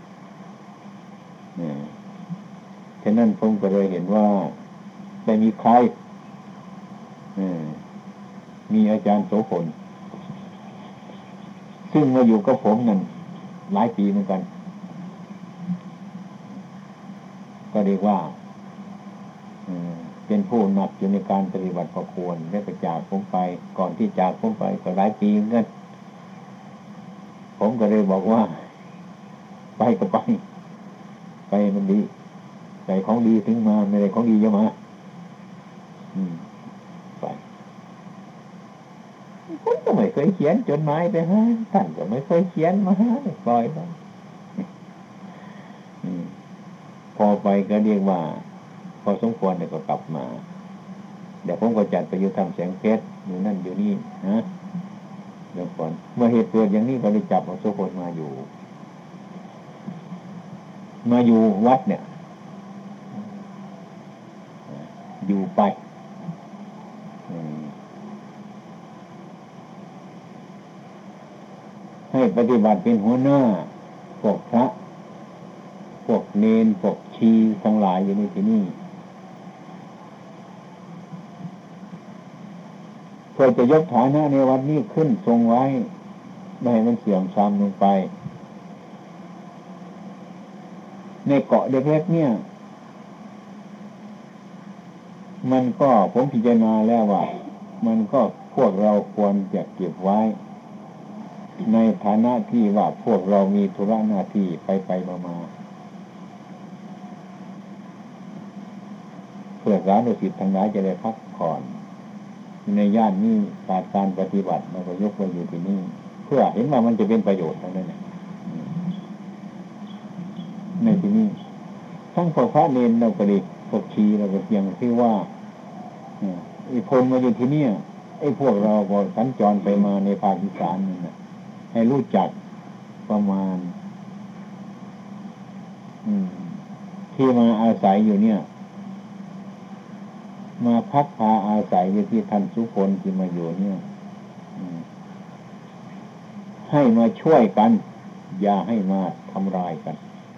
ฉะนั้นผมก็เลยเห็นว่าได้มีใครมีอาจารย์โสพลซึ่งมาอยู่กับผมนั่นหลายปีเหมือนกันก็เรียกว่าเป็นผู้หนักอยู่ในการปฏิบัติพอควรได้ไปจากผมไปก่อนที่จากผมไปก็หลายปีเหมือนกันผมก็เลยบอกว่าไปก็ไปไปมันดีใจของดีถึงมาไม่ได้ของดีเยอะมาอืมไปผมก็ไม่เคยเขียนจดหมายไปฮะท่านก็ไม่เคยเขียนมาฮะปล่อยไปพอไปก็เรียกว่าพอสมควรเดี๋ยวก็กลับมาเดี๋ยวผมก็จัดไปอยู่ทำแสงเพชรอยู่นั่นอยู่นี่นะเดี๋ยวก่อนเมื่อเหตุเกิดอย่างนี้ก็เลยจับเอาโสพลมาอยู่มาอยู่วัดเนี่ยอยู่ไปให้ปฏิบัติเป็นหัวหน้าพวกพระพวกเนนพวกชีทั้งหลายอยู่ในที่นี่เพื่อจะยกฐานะในวัดนี้ขึ้นทรงไว้ไม่ให้มันเสื่อมทรามลงไปในเกาะเล็กๆเนี่ยมันก็ผมพิจารณาแล้วว่ามันก็พวกเราควรจะเก็บไว้ในฐานะที่ว่าพวกเรามีธุระหน้าที่ไปไปมามาเพื่อสาธุสิทธิ์ทั้งหลายจะได้พักผ่อนในย่านนี้การการปฏิบัติเราก็ยกไว้อยู่ที่นี่เพื่อเห็นว่ามันจะเป็นประโยชน์เท่านั้นเนี่ยในที่นี้ทั้งพวกพระเนรเราก็ดีพวกชีเราก็เพียงที่ว่าไอ้พลมาอยู่ที่นี่ไอ้พวกเราก็สัญจรไปมาในภาคอีสานนี่นะให้รู้จักประมาณที่มาอาศัยอยู่เนี่ยมาพักพาอาศัยอยู่ที่ท่านสุพลที่มาอยู่เนี่ยให้มาช่วยกันอย่าให้มาทำลายกัน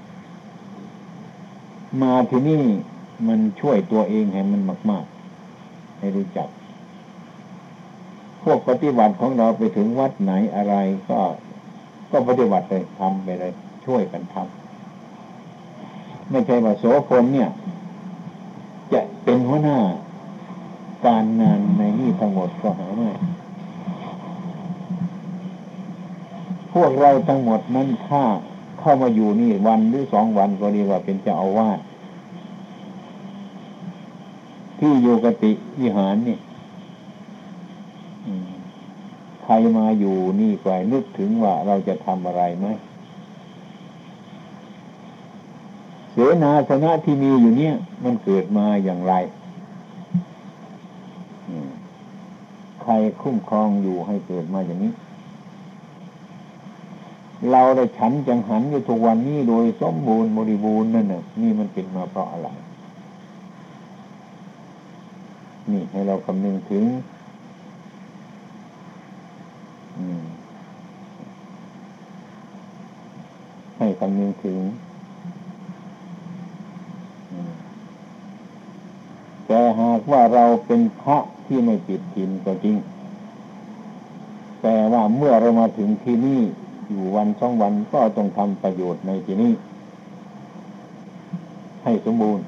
มาที่นี่มันช่วยตัวเองให้มันมากๆให้รู้จักพวกปฏิบัติของเราไปถึงวัดไหนอะไรก็ก็ปฏิบัติเลยทำไปเลยช่วยกันทำไม่ใช่ว่าโสพลเนี่ยจะเป็นหัวหน้าการงานในนี่ทั้งหมดก็หาไม่พวกเราทั้งหมดนั้นถ้าเข้ามาอยู่นี่วันหรือสองวันก็เรียกว่าเป็นเจ้าอาวาสที่อยู่กติวิหารนี่ใครมาอยู่นี่ไปนึกถึงว่าเราจะทำอะไรไหมเสนาสนะที่มีอยู่เนี่ยมันเกิดมาอย่างไรใครคุ้มครองอยู่ให้เกิดมาอย่างนี้เราได้ฉันจังหันอยู่ทุกวันนี้โดยสมบูรณ์บริบูรณ์นั่นน่ะนี่มันเป็นมาเพราะอะไรนี่ให้เราคำนึงถึงให้คำนึงถึงแต่หากว่าเราเป็นพระที่ไม่ปิดถิ่นก็จริงแต่ว่าเมื่อเรามาถึงที่นี่อยู่วันสองวันก็ต้องทำประโยชน์ในที่นี้ให้สมบูรณ์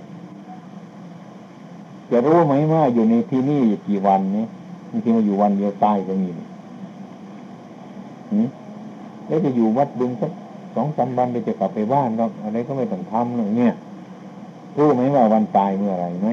จะรู้ไหมว่าอยู่ในที่นี่กี่วันเนี่ยบางทีมาอยู่วันเดียวตายก็มีแล้วจะอยู่วัดบึงสักสองสามวันจะกลับไปบ้านก็อะไรก็ไม่ต้องทำเลยเนี่ยรู้ไหมว่าวันตายเมื่อไรไหม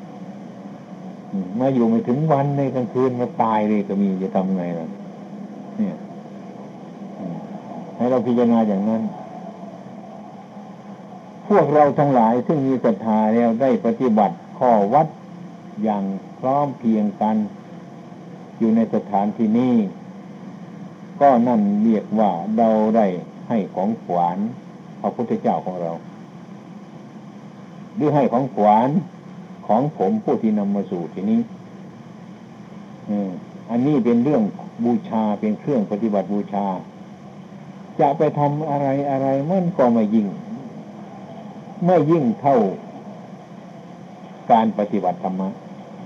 มาอยู่ไม่ถึงวันในกลางคืนมาตายเลยก็มีจะทำไงล่ะเนี่ยให้เราพิจารณาอย่างนั้นพวกเราทั้งหลายซึ่งมีศรัทธาแล้วได้ปฏิบัติข้อวัดอย่างพร้อมเพรียงกันอยู่ในสถานที่นี้ก็นั่นเรียกว่าเราได้ให้ของขวัญพระพุทธเจ้าของเราหรือให้ของขวัญของผมผู้ที่นำมาสู่ที่นี้อันนี้เป็นเรื่องบูชาเป็นเครื่องปฏิบัติบูชาจะไปทำอะไรอะไรมันก็ไม่ยิ่งไม่ยิ่งเท่าการปฏิบัติธรรมะ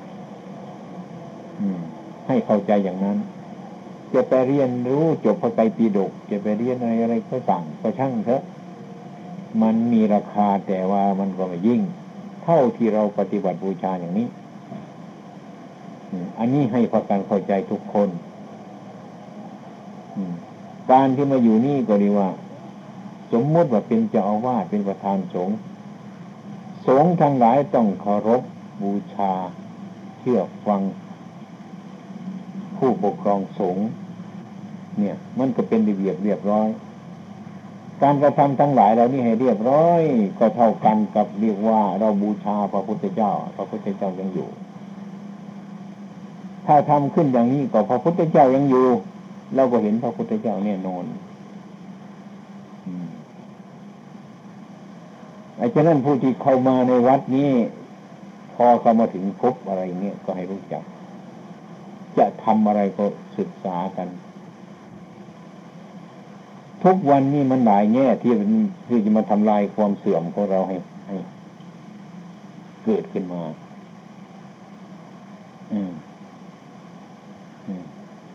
ให้เข้าใจอย่างนั้นจะไปเรียนรู้จบพระไตรปิฎกจะไปเรียนอะไรอะไรก็สั่งก็ช่างเถอะมันมีราคาแต่ว่ามันก็ไม่ยิ่งเท่าที่เราปฏิบัติบูชาอย่างนี้อันนี้ให้พากันเข้าใจทุกคนการที่มาอยู่นี่ก็ดีว่าสมมติว่าเป็นเจ้าอาวาสเป็นประธานสงฆ์สงฆ์ทั้งหลายต้องเคารพบูชาเชื่อฟังผู้ปกครองสงฆ์เนี่ยมันก็เป็นระเบียบเรียบร้อยการกระทำทั้งหลายเหล่านี้ให้เรียบร้อยก็เท่ากันกับเรียกว่าเราบูชาพระพุทธเจ้าพระพุทธเจ้ายังอยู่ถ้าทำขึ้นอย่างนี้ก็พระพุทธเจ้ายังอยู่เราก็เห็นพระพุทธเจ้าแน่นอนไอ้ฉะนั้นผู้ที่เข้ามาในวัดนี้พอเข้ามาถึงพบอะไรเงี้ยก็ให้รู้จักจะทำอะไรก็ศึกษากันทุกวันนี้มันหลายแง่ที่ที่จะมาทำลายความเสื่อมของเราให้ให้เกิดขึ้นมาอืมอืม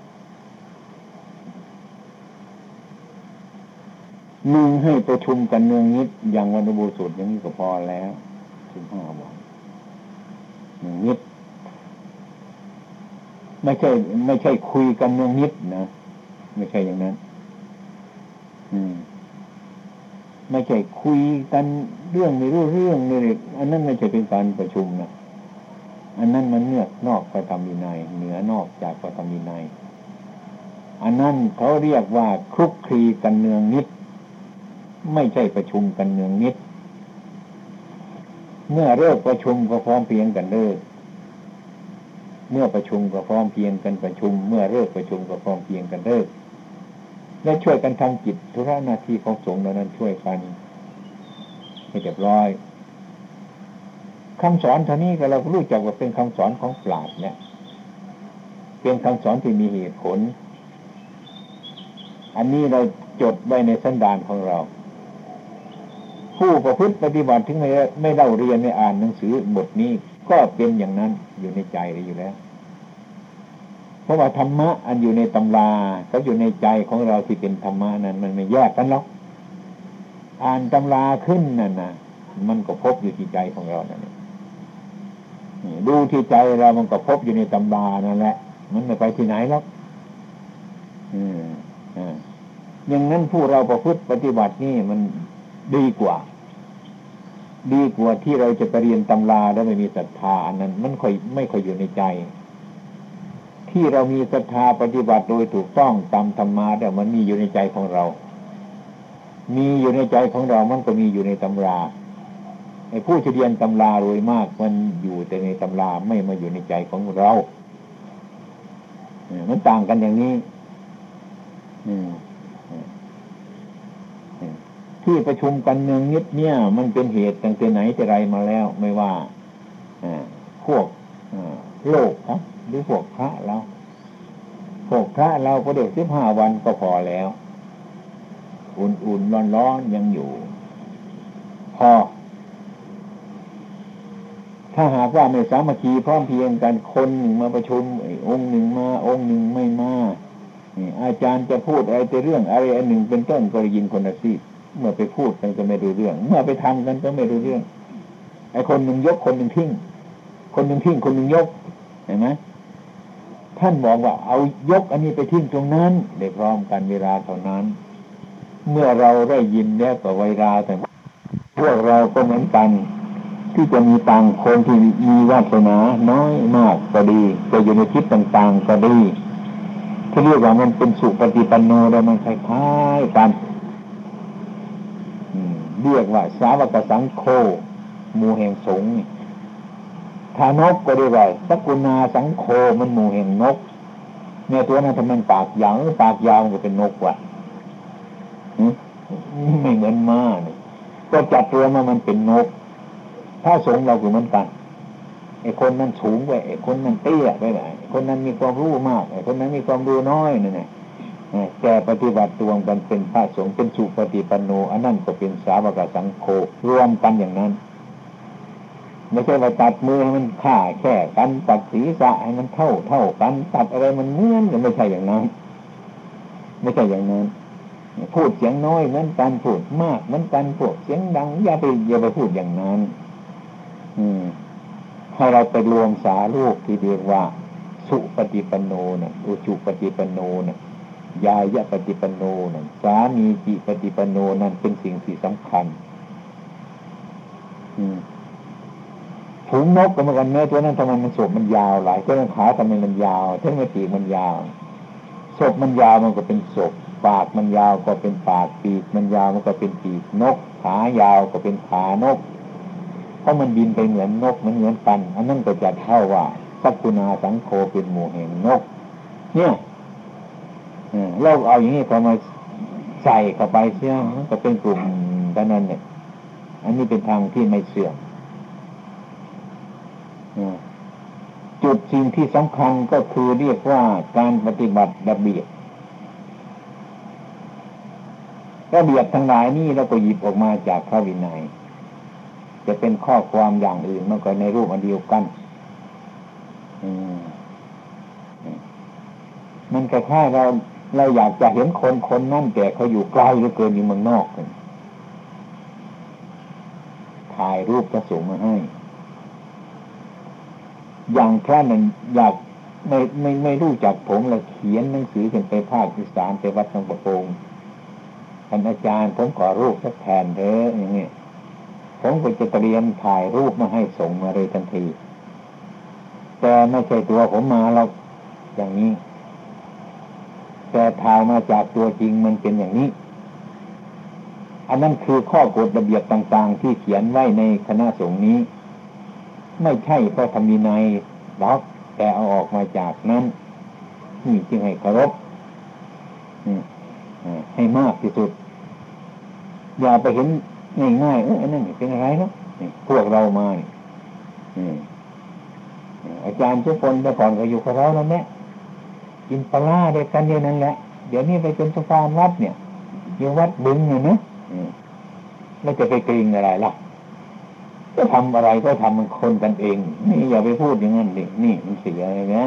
หนึ่งให้ประชุมกันเนืองนิดอย่างวันอุโบสถอย่างนี้ก็พอแล้วสิบห้าวันหนึ่งนิดไม่ใช่ไม่ใช่คุยกันเนืองนิดนะไม่ใช่อย่างนั้นอืมไม่ใช่คุยกันเรื่องไม่รู้เรื่องเลยอันนั้นไม่ใช่เป็นการประชุมนะอันนั้นมันเนือกนอกพระธรรมวินัยเหนือนอกจากพระธรรมวินัยอันนั้นเขาเรียกว่าคลุกคลีกันเนืองนิดไม่ใช่ประชุมกันเนืองนิดเมื่อเลิกประชุมก็พร้อมเพรียงกันเลิกเมื่อประชุมก็พร้อมเพรียงกันประชุมเมื่อเลิกประชุมก็พร้อมเพรียงกันเลิกและช่วยกันทำกิจธุระหน้าที่ของสงฆ์นั้นช่วยกันให้เรียบร้อยคำสอนเท่านี้ก็เรารู้จักว่าเป็นคำสอนของปราชญ์เนี่ยเป็นคำสอนที่มีเหตุผลอันนี้เราจดไว้ในสันดานของเราผู้ประพฤติปฏิบัติถึงไม่ไม่เล่าเรียนไม่อ่านหนังสือบทนี้ก็เป็นอย่างนั้นอยู่ในใจเลยอยู่แล้วเพราะว่าธรรมะอันอยู่ในตำราก็อยู่ในใจของเราที่เป็นธรรมะนั้นมันไม่แยกกันหรอกอ่านตำราขึ้นนั่นนะมันก็พบอยู่ที่ใจของเรานั่นเองดูที่ใจเรามันก็พบอยู่ในตำรานั่นแหละมันไม่ไปที่ไหนหรอกอืมอ่าอย่างนั้นผู้เราประพฤติปฏิบัตินี่มันดีกว่าดีกว่าที่เราจะไปเรียนตำราแล้วไม่มีศรัทธาอันนั้นมันค่อยไม่ค่อยอยู่ในใจที่เรามีศรัทธาปฏิบัติโดยถูกต้องตามธรรมะแต่มันมีอยู่ในใจของเรามีอยู่ในใจของเรามันก็มีอยู่ในตำราไอ้ผู้ที่เรียนตำราโดยมากมันอยู่แต่ในตำราไม่มาอยู่ในใจของเรามันต่างกันอย่างนี้ที่ประชุมกันเนืองนิดเนี่ยมันเป็นเหตุตั้งแต่ไหนแต่ไรมาแล้วไม่ว่าพวกโลกครับหรือพวกพระเราพวกพระเราก็เด็กสิบห้าวันก็พอแล้วอุ่นๆร้อนๆยังอยู่พอถ้าหากว่าไม่สามัคคีพร้อมเพรียงกันคนหนึ่งมาประชุมองค์หนึ่งมาองค์หนึ่งไม่มาอาจารย์จะพูดอะไรแต่เรื่องอะไรอันหนึ่งเป็นต้นก็ยินคนละซีเมื่อไปพูดกันก็ไม่รู้เรื่องเมื่อไปทำกันก็ไม่รู้เรื่องไอ้คนหนึ่งยกคนหนึ่งทิ้งคนหนึ่งทิ้งคนหนึ่งยกเห็นไหมท่านบอกว่าเอายกอันนี้ไปทิ้งตรงนั้นได้พร้อมกันเวลาเท่านั้นเมื่อเราได้ยินแล้วก็เวลาแต่พวกเราก็เหมือนกันที่จะมีต่างคนที่มีวาสนาน้อยมากก็ดีจะอยู่ในทิศต่างๆก็ดีที่เรียกว่ามันเป็นสุปฏิปันโนแล้วมันคล้ายๆกันเรียกว่าสาวกสังโฆหมู่แห่งสงฆ์ทานกก็เรียกว่าสกุณาสังโฆมันหมู่แห่งนกเนี่ยตัวนั้นทำไมปากยาวปากยาวมันก็เป็นนกวะไม่เหมือนม้าเนี่ยก็จัดตัวมามันเป็นนกถ้าสงฆ์เราก็เหมือนกันไอ้คนนั้นสูงไปไอ้คนนั้นเตี้ยไปไอ้คนนั้นมีความรู้มากไอ้คนนั้นมีความรู้น้อยนั่นแหละแต่ปฏิบัติตัวกันเป็นพระสงฆ์เป็นสุปฏิปันโนอันนั้นก็เป็นสาวกสังโฆรวมกันอย่างนั้นไม่ใช่ว่าตัดมือให้มันฆ่าแค่กันตัดศีรษะให้มันเท่าเท่ากันตัดอะไรมันเหมือนกันไม่ใช่อย่างนั้นไม่ใช่อย่างนั้นพูดเสียงน้อยเหมือนกันพูดมากเหมือนกันพูดเสียงดังอย่าไปอย่าไปพูดอย่างนั้นอืมให้เราไปรวมสาลูกที่เรียกว่าสุปฏิปันโนน่ะอุจุปฏิปันโนน่ะยายะปฏิปันโนน่ะสามีจิปฏิปันโนนั่นเป็นสิ่งที่สำคัญอืมฝูงนกก็เหมือนกันแม่ตัวนั้นทำไมมันศพมันยาวหลายตัวนั้นขาทำไมมันยาวทั้งปีกมันยาวศพมันยาวมันก็เป็นศพปากมันยาวก็เป็นปากปีกมันยาวมันก็เป็นปีกนกขายาวก็เป็นขานกเพราะมันบินไปเหมือนนกมันเหมือนกันอันนั้นก็จะเท่าว่าสัพพุนาสังโฆเป็นหมู่แห่งนกเนี่ยเราเอาอย่างนี้พอมาใส่เข้าไปเสียมันก็เป็นกลุ่มดังนั้นเนี่ยอันนี้เป็นทางที่ไม่เสื่อมจุดสิ่งที่สำคัญก็คือเรียกว่าการปฏิบัติระเบียบระเบียบทั้งหลายนี่เราก็หยิบออกมาจากพระวินัยจะเป็นข้อความอย่างอื่นมันก็ในรูปอันเดียวกันมันคล้ายๆเราเราอยากจะเห็นคนคนนั่นแต่เขาอยู่ไกลเหลือเกินอยู่เมืองนอกถ่ายรูปจะส่งมาให้อย่างแค่นั้นอยากไม่ไม่ไม่รู้จักผมแล้วเขียนหนังสือขึ้นไปภาคอีสานไปวัดหนองประโปงท่านอาจารย์ผมขอรูปสักแผ่นเถอะอย่างนี้ผมก็จะเตรียมถ่ายรูปมาให้ส่งมาเลยทันทีแต่ไม่ใช่ตัวผมมาหรอกอย่างนี้แต่ถ่ายมาจากตัวจริงมันเป็นอย่างนี้อันนั้นคือข้อกฎระเบียบต่างๆที่เขียนไว้ในคณะสงฆ์นี้ไม่ใช่เพราะธรรมวินัยหรอกแต่เอาออกมาจากนั้นนี่จึงให้เคารพให้มากที่สุดอย่าไปเห็นง่ายๆเอออันนั้นเป็นอะไรเนาะพวกเรามาอาจารย์ทุกคนแต่ก่อนก็อยู่กับเราแล้วเนี่ยกินปลาเดียวกันเดียวนั้นแหละเดี๋ยวนี้ไปเป็นสะพานวัดเนี่ยอยู่วัดบึงเนี่ยนะแล้วจะไปกริ่งอะไรล่ะก็ทำอะไรก็ทำมันคนกันเองนี่อย่าไปพูดอย่างนั้นดินี่มันเสียอะไรนะ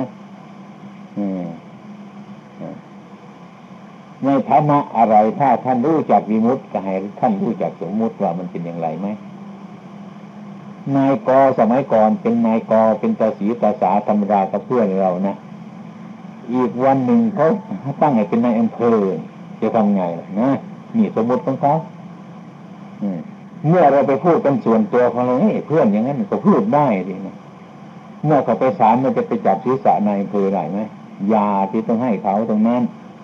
ในฐานะอะไรถ้าท่านรู้จักวิมุตติก็ให้ท่านรู้จักสมมุติว่ามันเป็นอย่างไรไหมนายกสมัยก่อนเป็นนายกเป็นตาสีตาสาธรรมดากับเพื่อนเรานะอีกวันหนึ่งเขาตั้งให้เป็นนายอำเภอจะทำไงนะนี่สมมุติของเขาเมื่อเราไปพูดกันส่วนตัวของเราเพื่อนอย่างนั้นก็พูดได้ดินะเมื่อเขาไปศาลมันจะไปจับศีรษะนายอำเภอได้ไหมยาที่ต้องให้เขาตรงนั้น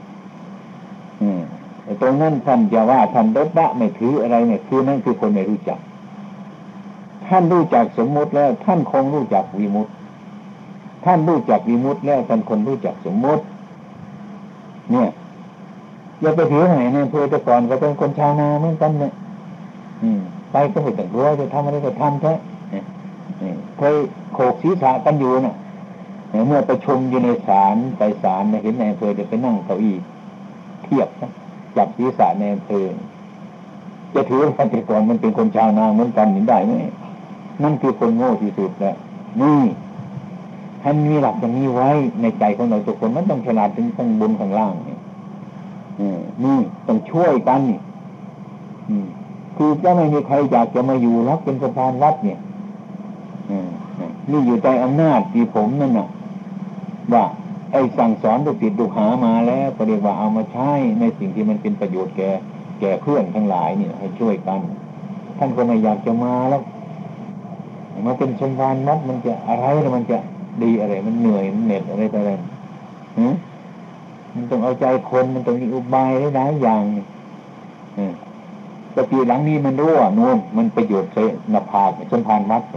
ตรงนั้นท่านจะว่าท่านลดละไม่ถืออะไรเนี่ยคือนั่นคือคนไม่รู้จักท่านรู้จักสมมุติแล้วท่านคงรู้จักวิมุตติท่านรู้จักวิมุตติแล้วท่านคนรู้จักสมมุติเนี่ยอย่าไปถือไหนเนี่ยเพื่อแต่ก่อนก็เป็นคนชาวนาเหมือนกันเนี่ยไปก็ไม่ต้องรู้จะทำอะไรก็ทำแท้เคยโขกศีรษะกันอยู่น่ะเมื่อประชุมอยู่ในศาลไปศาลเห็นนายอำเภอจะไปนั่งเก้าอี้เทียบจับศีรษะในอำเภอจะถือว่าแต่ก่อนมันเป็นคนชาวนาเหมือนกันเห็นได้ไหมนั่นคือคนโง่ที่สุดแล้วนี่ท่านมีหลักอย่างนี้ไว้ในใจของเราทุกคนมันต้องฉลาดถึงข้างบนข้างล่างนี่นี่ต้องช่วยกันนี่คือจะไม่มีใครอยากจะมาอยู่รักเป็นสะพานวัดเนี่ยนี่อยู่ใต้อำนาจที่ผมนั่นน่ะว่าไอ้สั่งสอนลูกศิษย์ลูกหามาแล้วก็เรียกว่าเอามาใช้ในสิ่งที่มันเป็นประโยชน์แก่แก่เพื่อนทั้งหลายนี่ให้ช่วยกันท่านก็ไม่อยากจะมาแล้วมาเป็นสมภารวัดมันจะอะไรแล้วมันจะดีอะไรมันเหนื่อยมันเหน็ดอะไรต่ออะไรมันต้องเอาใจคนมันต้องมีอุบายหลายอย่างกติหลังนี้มันรั่วนู่นมันไปหยุดใส่หน้าผากสมภารวัด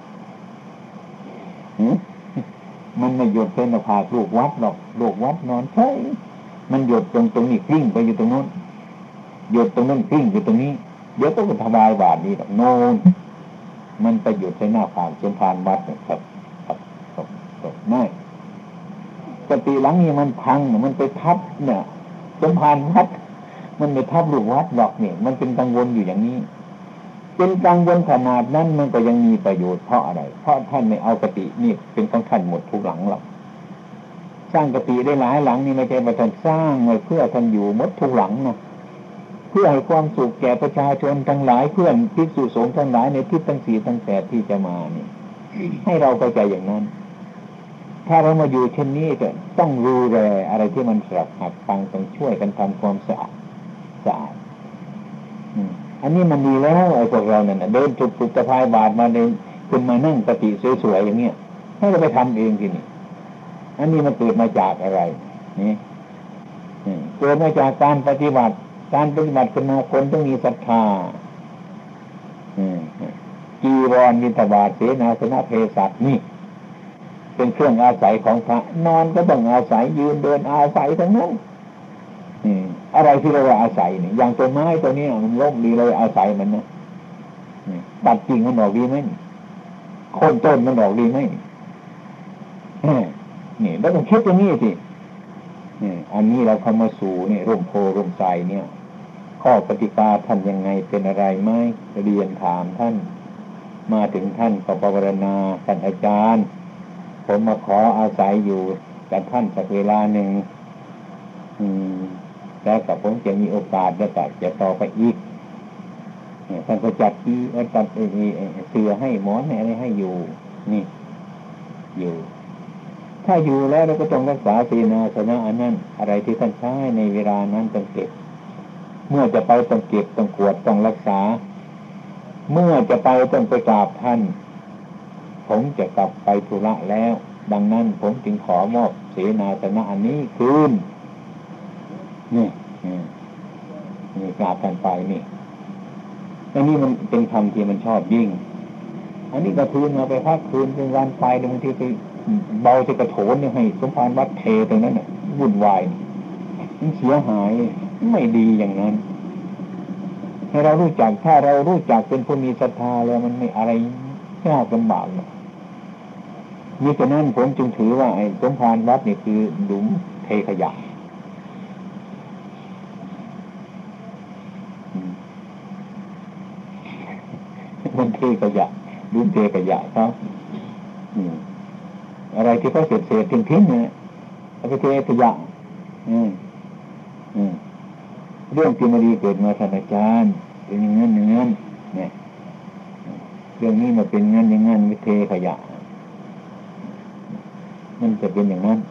มันไม่หยุดใส่หน้าผากลูกวัดหรอกลูกวัดนอนใช่มันหยุดตรงตรงนี้กลิ้งไปอยู่ตรงโน้นหยุดตรงนั้นกลิ้งอยู่ตรงนี้เดี๋ยวต้องทำลายบาทนี้โน่นมันไปหยุดใส่หน้าผากสมภารวัดครับครับครับครับไม่กติหลังนี้มันพังมันไปทับเนี่ยสมภารวัดมันไม่ทับลูกวัดหรอกเนี่ยมันเป็นกังวลอยู่อย่างนี้เป็นกังวลขนาดนั้นมันก็ยังมีประโยชน์เพราะอะไรเพราะท่านไม่เอากตินี่เป็นของท่านหมดทุกหลังหรอกสร้างกติได้หลายหลังนี่ไม่ใช่ประท่านสร้างไว้เพื่อท่านอยู่หมดทุกหลังนะเพื่อให้ความสุขแก่ประชาชนทั้งหลายเพื่อนภิกษุสงฆ์ทั้งหลายในทิศทั้งสี่ทั้งแปดที่จะมานี่ให้เราเข้าใจอย่างนั้นถ้าเรามาอยู่เช่นนี้จะต้องดูแลอะไรที่มันสลับหักพังต้องช่วยกันทำความสะอาดสะอาดอันนี้มันดีแล้วไอ้พวกเราเนี่ยเดินจุดปุตตะพายบาทมาเดินขึ้นมานั่งปฏิสวยๆอย่างเงี้ยให้เราไปทำเองทีนี้อันนี้มันเกิดมาจากอะไรนี่เกิดมาจากการปฏิบัติการปฏิบัติขึ้นมาคนต้องมีศรัทธาจีวรมิตรบาทเสนาสนะเภสัชนี่เป็นเครื่องอาศัยของพระนอนก็ต้องอาศัยยืนเดินอาศัยทั้งนั้นอะไรที่เราอาศัยเนี่ยอย่างต้นไม้ตัวนี้มันล้มดีเลยอาศัยมันนะตัดกิ่งมันออกดีไหมโค่นต้นมันออกดีไหมนี่เราต้องคิดอย่างนี้สิอันนี้เราเข้ามาสู่เนี่ยร่มโพร่มไทรเนี่ยข้อปฏิบัติท่านยังไงเป็นอะไรไหมเรียนถามท่านมาถึงท่านก็ปรารณาท่านอาจารย์ผมมาขออาศัยอยู่กับท่านสักเวลาหนึ่งแล้วกับผมจะมีโอกาสแล้วก็จะต่อไปอีกท่านก็จัดที่จัดเสือให้หมอนให้อะไรให้อยู่นี่อยู่ถ้าอยู่แล้วเราก็ต้องรักษาศีลนาสนะอันนั้นอะไรที่ท่านใช้ในเวลานั้นต้องเก็บเมื่อจะไปต้องเก็บต้องกวดต้องรักษาเมื่อจะไปต้องไปกราบท่านผมจะกลับไปธุระแล้วดังนั้นผมจึงขอมอบศีลนาสนะอันนี้คืนนี่นี่กราบท่านไปนี่อันนี้มันเป็นคำที่มันชอบยิ่งอันนี้ก็คืนมาไปพักคืนเป็นวันไปบางทีไปเบาจะกระโถนเนี่ยให้สมภารวัดเทตรงนั้นน่ะวุ่นวายมันเสียหายไม่ดีอย่างนั้นให้เรารู้จักถ้าเรารู้จักเป็นผู้มีศรัทธาแล้วมันไม่อะไรยากลำบากหรอกนี่ฉะนั้นผมจึงถือว่าไอ้สมภารวัดนี่คือหลุมเทขยะมันเทขยะหลุมเทขยะครับอะไรที่เขาเศษเศษทิ้งทิ้งเนี่ยเอาไปเทขยะอืมอืมเรื่องที่ไม่ดีเกิดมาท่านอาจารย์เป็นอย่างนั้นอย่างนั้นเนี่ยเรื่องนี้มาเป็นงั้นอย่างนั้นวิเทขยะมันจะเป็นอย่างนั้น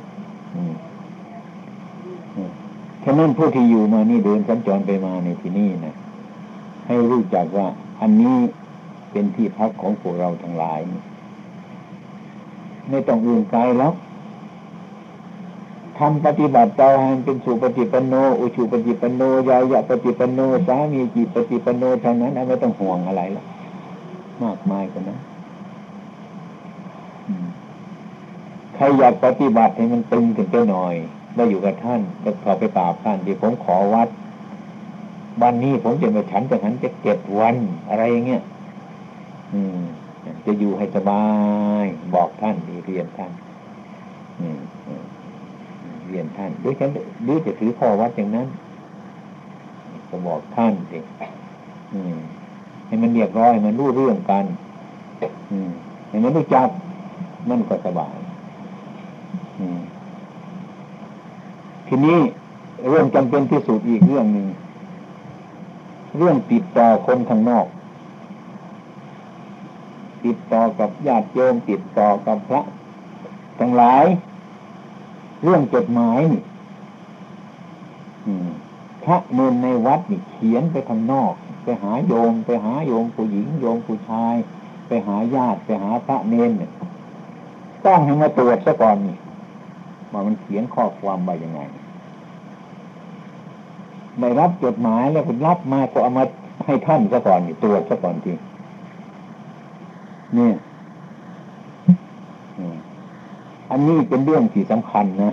ฉะนั้นผู้ที่อยู่มานี่เดินสัญจรไปมาในที่นี่นะให้รู้จักว่าอันนี้เป็นที่พักของพวกเราทั้งหลายไม่ต้องอื่นไกลแล้วทำปฏิบัติต่อให้เป็นสุปฏิปันโนอุชุปฏิปันโนยายะปฏิปันโนสามีจิปฏิปันโนเท่านั้นไม่ต้องห่วงอะไรแล้วมากมายกว่านั้นใครอยากปฏิบัติให้มันตึงถึงไปหน่อยได้อยู่กับท่านก็ขอไปกราบท่านที่ผมขอวัดวันนี้ผมจะมาฉันจะฉันจะเก็บวันอะไรอย่างเงี้ยอืมจะอยู่ให้สบายบอกท่านดีเรียนท่านอืมเรียนท่านด้วยฉันด้วยจะถือข้อวัดอย่างนั้นก็บอกท่านสิอืมให้มันเรียบร้อยมันรู้เรื่องกันอืมให้มันรู้จักมันก็สบายอืมทีนี้เรื่องจำเป็นที่สุดอีกเรื่องหนึ่งเรื่องติดต่อคนข้างนอกติดต่อกับญาติโยมติดต่อกับพระทั้งหลายเรื่องจดหมายนี่พระเนรในวัดนี่เขียนไปทางนอกไปหาโยมไปหาโยมผู้หญิงโยมผู้ชายไปหาญาติไปหาพระเนรเนี่ยต้องให้มาตรวจซะก่อนนี่ว่ามันเขียนข้อความว่ายังไงได้รับจดหมายแล้วคุณรับมาก็เอามาให้ท่านซะก่อนตรวจซะก่อนทีเนี่ยอันนี้เป็นเรื่องที่สำคัญนะ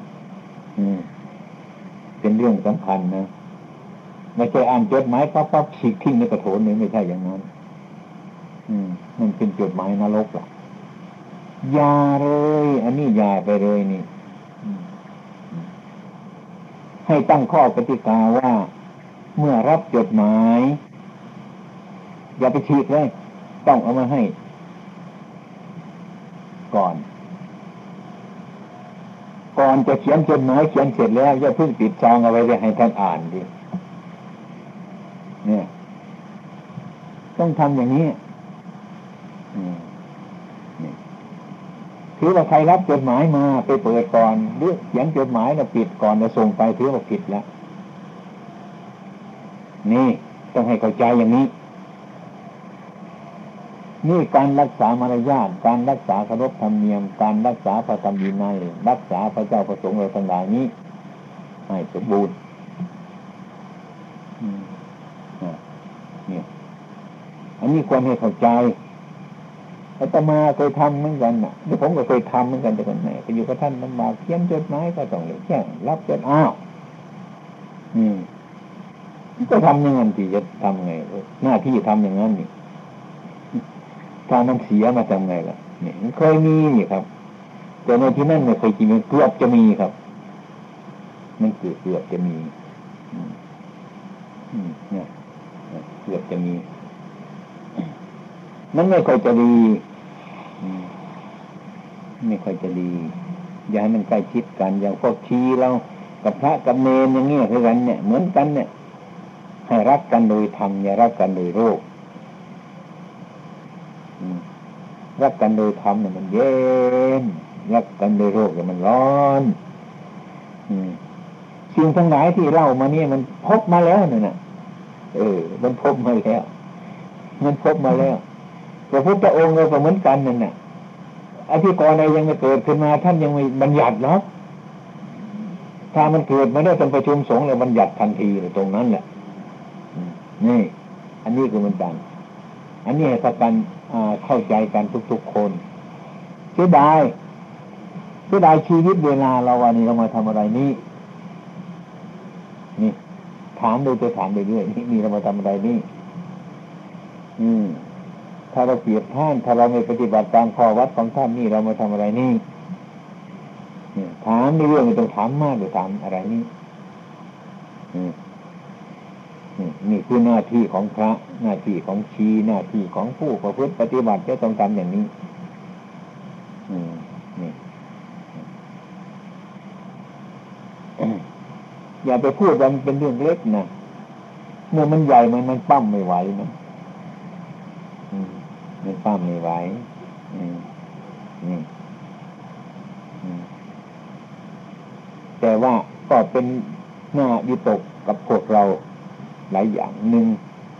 เป็นเรื่องสำคัญนะไม่ใช่อ่านจดหมายปั๊บปั๊บฉีกทิ้งในกระโถนนี่ไม่ใช่อย่างนั้นมันเป็นจดหมายนรกล่ะอย่าเลยอันนี้อย่าไปเลยนี่ให้ตั้งข้อกติกาว่าเมื่อรับจดหมายอย่าไปฉีกเลยต้องเอามาให้ก่อนก่อนจะเขียนจดหมายเขียนเสร็จแล้วอย่าเพิ่งปิดซองเอาไว้เลยให้ท่านอ่านดิเนี่ยต้องทำอย่างนี้ถือว่าใครรับจดหมายมาไปเปิดก่อนหรือเขียนจดหมายแล้วปิดก่อนแล้วส่งไปถือว่าผิดแล้วนี่ต้องให้เข้าใจอย่างนี้นี่การรักษามารยาทการรักษาเคารพธรรมเนียมการรักษาพระธรรมวินัยรักษาพระเจ้าพระสงฆ์เราทั้งหลายนี้ให้สมบูรณ์เนี่ยอันนี้ควรให้เข้าใจอาตมาเคยทำเหมือนกันน่ะนี่ผมก็เคยทำเหมือนกันแต่คนไหนไปอยู่กับท่านลำบากเขียนจดหมายก็ต้องเลยแจ้งรับจดอ้าวอืมก็ทำอย่างนั้นที่จะทำไงหน้าที่ทำอย่างนั้นนี่ถ้ามันเสียมาทำไงล่ะนี่มันเคยมีนี่ครับแต่ในที่นั่นไม่เคยกินมันเกือบจะมีครับมันเกือบเกือบจะมีอืมเนี่ยเกือบจะมีมันไม่ค่อยจะดีไม่ค่อยจะดีอย่าให้มันใกล้ชิดกันอย่างพวกชีเรากับพระกับเนรอย่างเงี้ยคือกันเนี่ยเหมือนกันเนี่ยให้รักกันโดยธรรมอย่ารักกันโดยโลกรักกันโดยธรรมเนี่ยมันเย็นรักกันโดยโลกเนี่ยมันร้อนสิ่งทั้งหลายที่เล่ามาเนี่ยมันพบมาแล้วเนี่ยนะเออมันพบมาแล้วมันพบมาแล้วพระพุทธองค์เราก็เหมือนกันนั่นน่ะอธิกรณ์อะไรยังไม่เกิดขึ้นมาท่านยังไม่บัญญัติหรอกถ้ามันเกิดมาได้ตอนประชุมสงฆ์เลยบัญญัติทันทีเลยตรงนั้นแหละนี่อันนี้คือมันดังอันนี้ให้ประกันเข้าใจกันทุกๆคนเสียดายเสียดายชีวิตเวลาเราวันนี้เรามาทำอะไรนี่นี่ถามโดยตัวถามเรื่อยๆนี่มีเรามาทำอะไรนี่อืมถ้าเราเกลียดท่านถ้าเราไม่ปฏิบัติตามข้อวัดของท่านนี่เรามาทำอะไรนี่ถามในเรื่องไม่ต้องถามมากหรือถามอะไรนี่นี่คือหน้าที่ของพระหน้าที่ของชีหน้าที่ของผู้ประพฤติปฏิบัติจะต้องทำอย่างนี้นี่อย่าไปพูดว่ามันเป็นเรื่องเล็กนะเมื่อมันใหญ่มันมันปั้มไม่ไหวนะมันปั้มไม่ไหวแต่ว่าก็เป็นหน้าวิตกกับพวกเราหลายอย่างหนึ่ง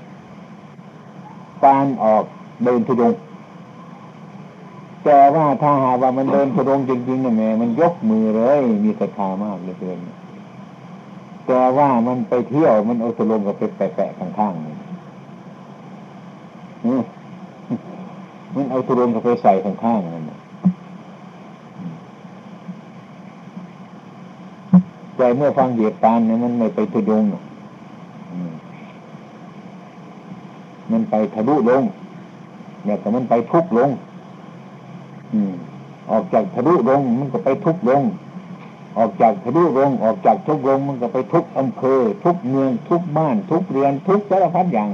การออกเดินธุดงค์แต่ว่าถ้าหากว่ามันเดินธุดงค์จริงๆนะแม่มันยกมือเลยมีศรัทธามากเหลือเกินแต่ว่ามันไปเที่ยวมันเอาธุดงค์กับไปแปะๆข้างๆมันเอาธุดงค์กับไปใส่ข้างๆนั่นแต่เมื่อฟังเหตุการณ์เนี่ยมันไม่ไปธุดงค์มันไปทะลุลงเนี่ยแต่มันไปทุกลงออกจากทะลุลงมันก็ไปทุกลงออกจากทะลุลงออกจากทุกลงมันก็ไปทุกอำเภอทุกเมืองทุกบ้านทุกเรือนทุกสารพัดอย่าง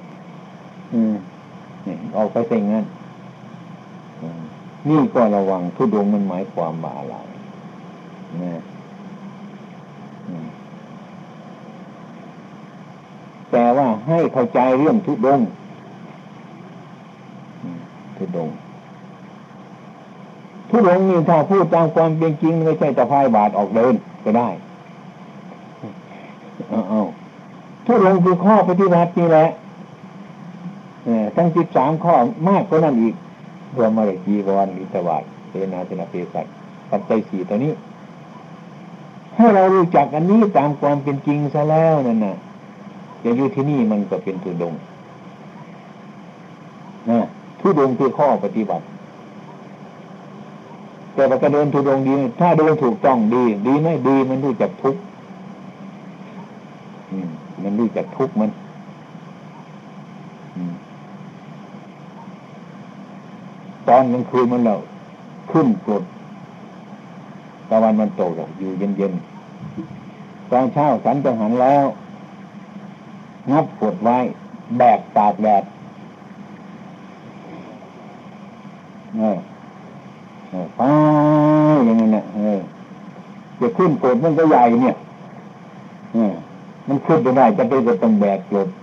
นี่ออกไปเองนั้นนี่ก็ระวังทุดงมันหมายความว่าอะไรนะแต่ว่าให้เข้าใจเรื่องทุดงทุดงทุดงนี่ถ้าพูดตามความเป็นจริงไม่ใช่จะพายบาทออกเดินก็ได้เอาทุดงคือข้อปฏิบัตินี่แหละทั้งสิบสามข้อมากกว่านั้นอีกรวมมาเลยจีวรอิตวาทเสนาสนะเภสัชปัจจัยสี่ตัวนี้ใให้เรารู้จักอันนี้ตามความเป็นจริงซะแล้วนั่นน่ะจะอยู่ที่นี่มันก็เป็นทุดงค์นะทุดงค์คือข้อปฏิบัติแต่ว่าการเดินทุดงค์ดีถ้าเดินถูกต้องดีดีไหมดีมันรู้จักทุกข์มันรู้จักทุกข์มันตอนกลางคืนมันเราขึ้นกดตะวันมันตกอยู่เย็นๆตอนเช้าฉันจะหันแล้วงับกดไว้แบกตากแดดเออเออฟ้าอย่างนั้นแหละเออจะขึ้นกดมันก็ใหญ่เนี่ยเออมันขึ้นไปได้จะไปจะต้องแบกกด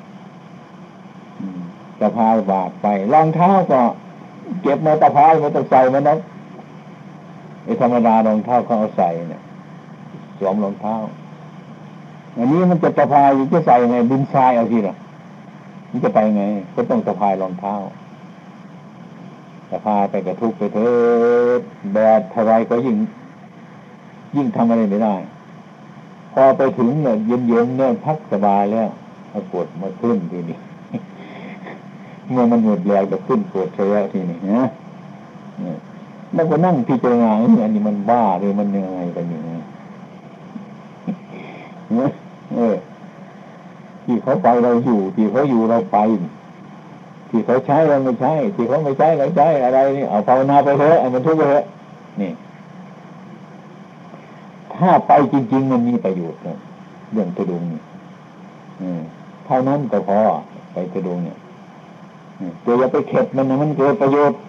จะพายบาดไปรองเท้าก็เก็บมาตะพายมาตะใส่มานะไอ้ธรรมดารองเท้าเขาเอาใส่เนี่ยสวมรองเท้าอันนี้มันจะตะพายจะใส่ไงดินทรายเอาทีละมันจะไปไงก็ต้องตะพายรองเท้าตะพายไปกระทุกไปเถิดแดดเท่าไรก็ยิ่งยิ่งทำอะไรไม่ได้พอไปถึงเนี่ยเย็นๆเนี่ยพักสบายแล้วเอากดมาขึ้นทีนี้เมื่อมันหมดแรงก็ขึ้นกดเสียทีนี้นะแล้วก็นั่งพิจารณาอันนี้มันบ้าหรือมันยังไงกันอย่างนี้เออที่เขาไปเราอยู่ที่เขาอยู่เราไปที่เขาใช้เราไม่ใช้ที่เขาไม่ใช้เราใช้อะไรนี่เอาภาวนาไปเถอะเอามันทุกข์ไปเถอะนี่ถ้าไปจริงๆมันมีประโยชน์นะเรื่องทุดงค์นี่เท่านั้นก็พอไปทุดงค์เนี่ยตัวอย่าไปเข็ดมันนะมันเกิดประโยชน์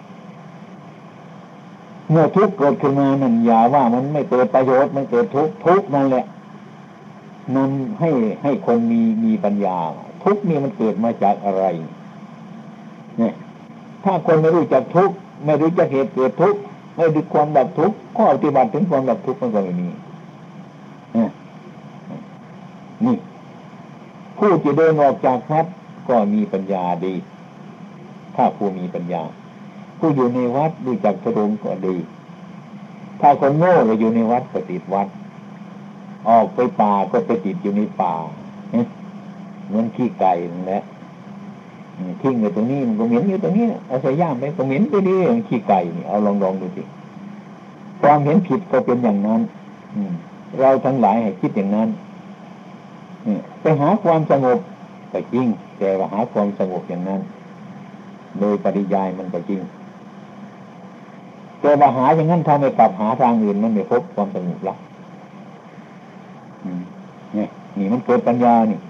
เมื่อทุกข์เกิดขึ้นมานั่นอย่าว่ามันไม่เกิดประโยชน์มันเกิดทุกข์ทุกข์นั่นแหละนำให้ให้คนมีมีปัญญาทุกข์นี่มันเกิดมาจากอะไรเนี่ยถ้าคนไม่รู้จักทุกข์ไม่รู้จักเหตุเกิดทุกข์ไม่รู้ความดับทุกข์ข้อปฏิบัติถึงความดับทุกข์มันก็ไม่มีนี่ผู้ที่เดินออกจากวัดก็มีปัญญาดีถ้าผู้มีปัญญาผู้อยู่ในวัดรู้จักทุดงค์ก็ดีถ้าคนโง่ก็อยู่ในวัดก็ติดวัดออกไปป่าก็ไปติดอยู่ในป่าเหมือนขี้ไก่นั่นแหละทิ้งอยู่ตรงนี้มันก็เหม็นอยู่ตรงนี้เอาใส่ย่ามไปก็เหม็นไปดิขี้ไก่นี่เอาลองลองดูสิความเห็นผิดก็เป็นอย่างนั้นเราทั้งหลายให้คิดอย่างนั้นไปหาความสงบก็จริงแต่ว่าหาความสงบอย่างนั้นโดยปริยายมันก็จริงแต่ว่าหาอย่างนั้นถ้าไม่กลับหาทางอื่นมันไม่พบความสงบละนี่นี่มันเกิดปัญญานี่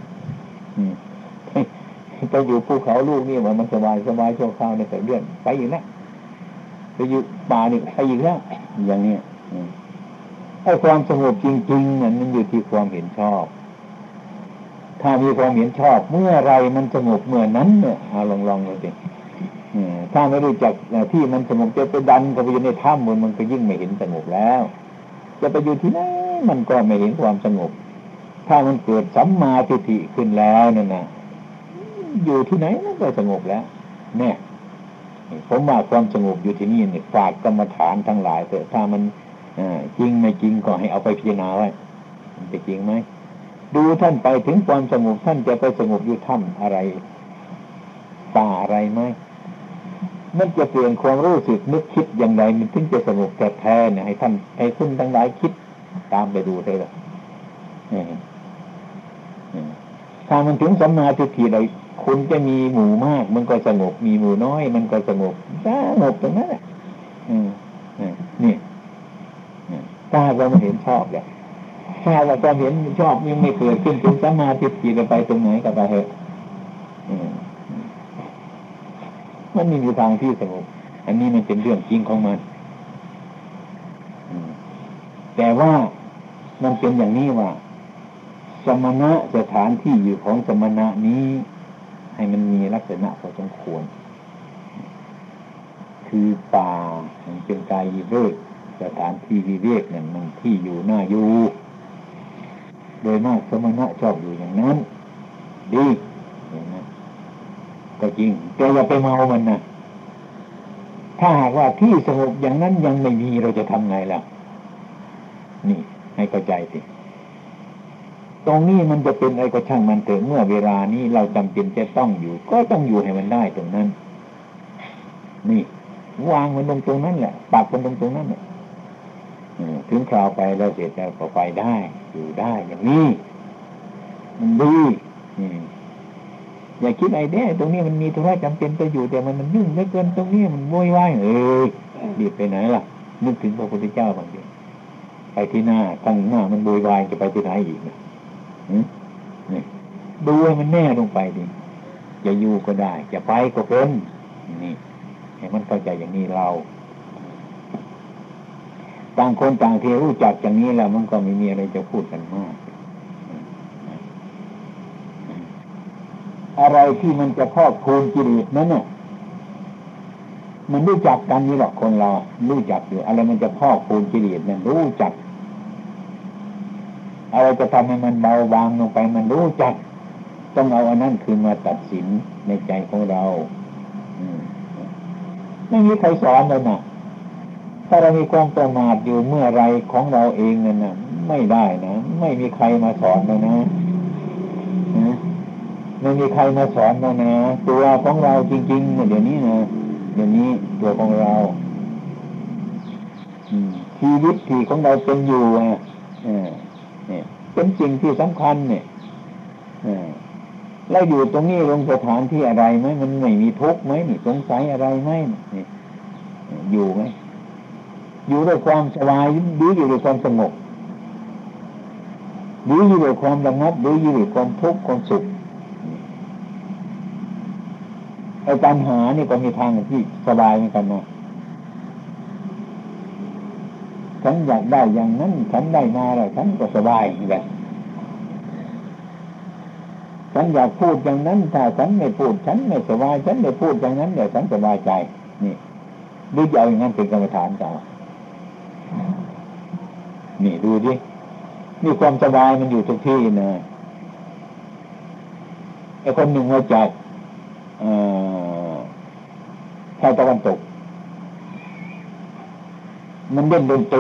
ไปอยู่ภูเขาลูกนี่ว่ามันสบายสบายชั่วคราวในแต่เรื่องไปอยู่แล้วไปอยู่ป่านี่ไปอยู่แล้วอย่างนี้ไอ้ความสงบจริงๆนั่นมันอยู่ที่ความเห็นชอบถ้ามีความเห็นชอบเมื่อไรมันสงบเมื่อนั้นเนี่ยเอาลองลองดูสิถ้าไม่รู้จักที่มันสงบจะไปดันเข้าไปอยู่ในถ้ำมันมันก็ยิ่งไม่เห็นสงบแล้วจะไปอยู่ที่ไหนมันก็ไม่เห็นความสงบถ้ามันเกิดสัมมาทิฏฐิขึ้นแล้วนั่นนะอยู่ที่ไหนมันก็สงบแล้วเนี่ยผมว่าความสงบอยู่ที่นี่เนี่ยฝากกรรมฐานทั้งหลายเถอะถ้ามันจริงไม่จริงก็ให้เอาไปพิจารณาไว้มันจะจริงไหมดูท่านไปถึงความสงบท่านจะไปสงบอยู่ถ้ำอะไรป่าอะไรไหมมันจะเปลี่ยนความรู้สึกนึกคิดอย่างไรมันถึงจะสงบแท้ๆเนี่ยให้ท่านให้คุณทั้งหลายคิดตามไปดูได้เลยถ้ามันถึงสัมมาทิฏฐิเลยคุณจะมีหมู่มากมันก็สงบมีหมู่น้อยมันก็สงบสงบตรงนั้นแหละนี่ถ้าเราไม่เห็นชอบเลยถ้าเราความเห็นชอบยังไม่เกิดขึ้นถึงสัมมาทิฏฐิจะไปตรงไหนก็ไปเถอะมันไม่มีทางที่สงบอันนี้มันเป็นเรื่องจริงของมันแต่ว่ามันเป็นอย่างนี้ว่าสมณะสถานที่อยู่ของสมณะนี้ให้มันมีลักษณะพอสมควรคือป่ามันเป็นกายวิเวกสถานที่วิเวกนั่นมันที่อยู่หน้าอยู่โดยมากสมณะชอบอยู่อย่างนั้นดีอย่างนั้นก็จริงแต่อย่าไปเมามันนะถ้าหากว่าที่สงบอย่างนั้นยังไม่มีเราจะทำไงล่ะนี่ให้เข้าใจสิตรงนี้มันจะเป็นอะไรก็ช่างมันเถอะเมื่อเวลานี้เราจำเป็นจะต้องอยู่ก็ต้องอยู่ให้มันได้ตรงนั้นนี่วางมันตรงตรงนั้นแหละปักมันตรงตรงนั้นแหละถึงคราวไปแล้วเสร็จแล้วก็ไปได้อยู่ได้อย่างนี้มันดีอย่าคิดไอ้เด้ตรงนี้มันมีธุระจำเป็นจะอยู่แต่มันมันยุ่งเหลือเกินตรงนี้มันวุ่นวายเอ้ยรีบไปไหนล่ะนึกถึงพระพุทธเจ้าบางทีไปที่หน้าตั้งหน้ามันวุ่นวายจะไปที่ไหนอีกนะนี่ดูให้มันแน่ลงไปดิจะอยู่ก็ได้จะไปก็เป็นนี่ให้มันเข้าใจอย่างนี้เราต่างคนต่างที่รู้จักอย่างนี้แล้วมันก็ไม่มีอะไรจะพูดกันมากอะไรที่มันจะพอกพูนกิเลสนั้นน่ะมันรู้จักกันนี่หรอกคนเรารู้จักอยู่อะไรมันจะพอกพูนกิเลสนั้นรู้จักอะไรจะทำให้มันเบาบางลงไปมันรู้จักต้องเอาอันนั้นคืนมาตัดสินในใจของเราไม่มีใครสอนเลยนะถ้าเรามีความประมาทอยู่เมื่อไรของเราเองนั่นนะไม่ได้นะไม่มีใครมาสอนเรานะไม่มีใครมาสอนเรานะตัวของเราจริงๆเดี๋ยวนี้นะเดี๋ยวนี้ตัวของเราชีวิตที่ของเราเป็นอยู่อ่ะเนี่ยเป็นสิ่งที่สำคัญเนี่ยเราอยู่ตรงนี้ลงสถานที่อะไรไหมมันไม่มีทุกข์ไหมนี่สงสัยอะไรไหมนี่อยู่ไหมอยู่ด้วยความสบายหรืออยู่ด้วยความสงบหรืออยู่ด้วยความระงับหรืออยู่ด้วยความทุกข์ความสุขไอ้ปัญหานี่ก็มีทางที่สบายเหมือนกันนะฉันอยากได้อย่างนั้นฉันได้มาแล้วฉันก็สบายเหมือนกันฉันอยากพูดอย่างนั้นถ้าฉันไม่พูดฉันไม่สบายฉันไม่พูดอย่างนั้นเดี๋ยวฉันสบายใจนี่ดูจะเอาอย่างนั้นเป็นกรรมฐานจ้านี่ดูดินี่ความสบายมันอยู่ทุกที่นะไอ้คนหนึ่งมาจากชาวตะวันตกมันเล่นดนตรี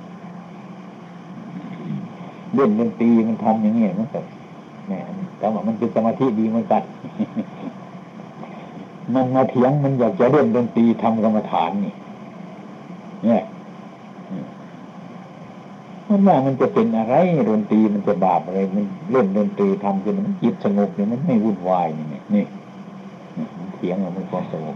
เล่นดนตรีมันทำอย่างนี้มันแบบแหมแต่ว่ามันเป็นสมาธิดีเหมือนกันมันมาเถียงมันอยากจะเล่นดนตรีทำกรรมฐานนี่เนี่ยมันว่ามันจะเป็นอะไรดนตรีมันจะบาปอะไรมันเล่นดนตรีทำจนมันจิตสงบเนี่ยมันไม่วุ่นวายนี่นี่นี่เถียงอะมันความสงบ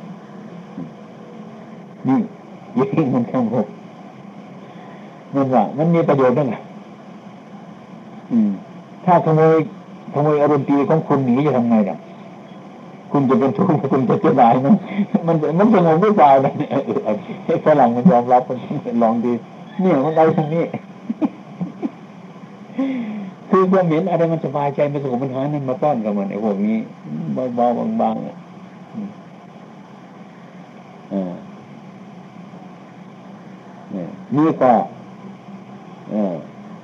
นี่ยิ่งมันสงบมันว่ามันมีประโยชน์นั่นแหละถ้าขโมยขโมยอารมณ์ตรีของคุณหนีจะทำไงเนี่ยคุณจะเป็นทุกข์คุณจะเสียดายมันมันมันสงบไม่เปล่านะให้ฝรั่งมันยอมรับมันลองดีเนี่ยมันเอาทางนี้คือความเห็นอะไรมันสบายใจมันสงบมันหานั่นมาต้อนกับมันไอ้พวกนี้เบาๆบางๆอ่ะอ่าเนี่ยนี่ก็อ่า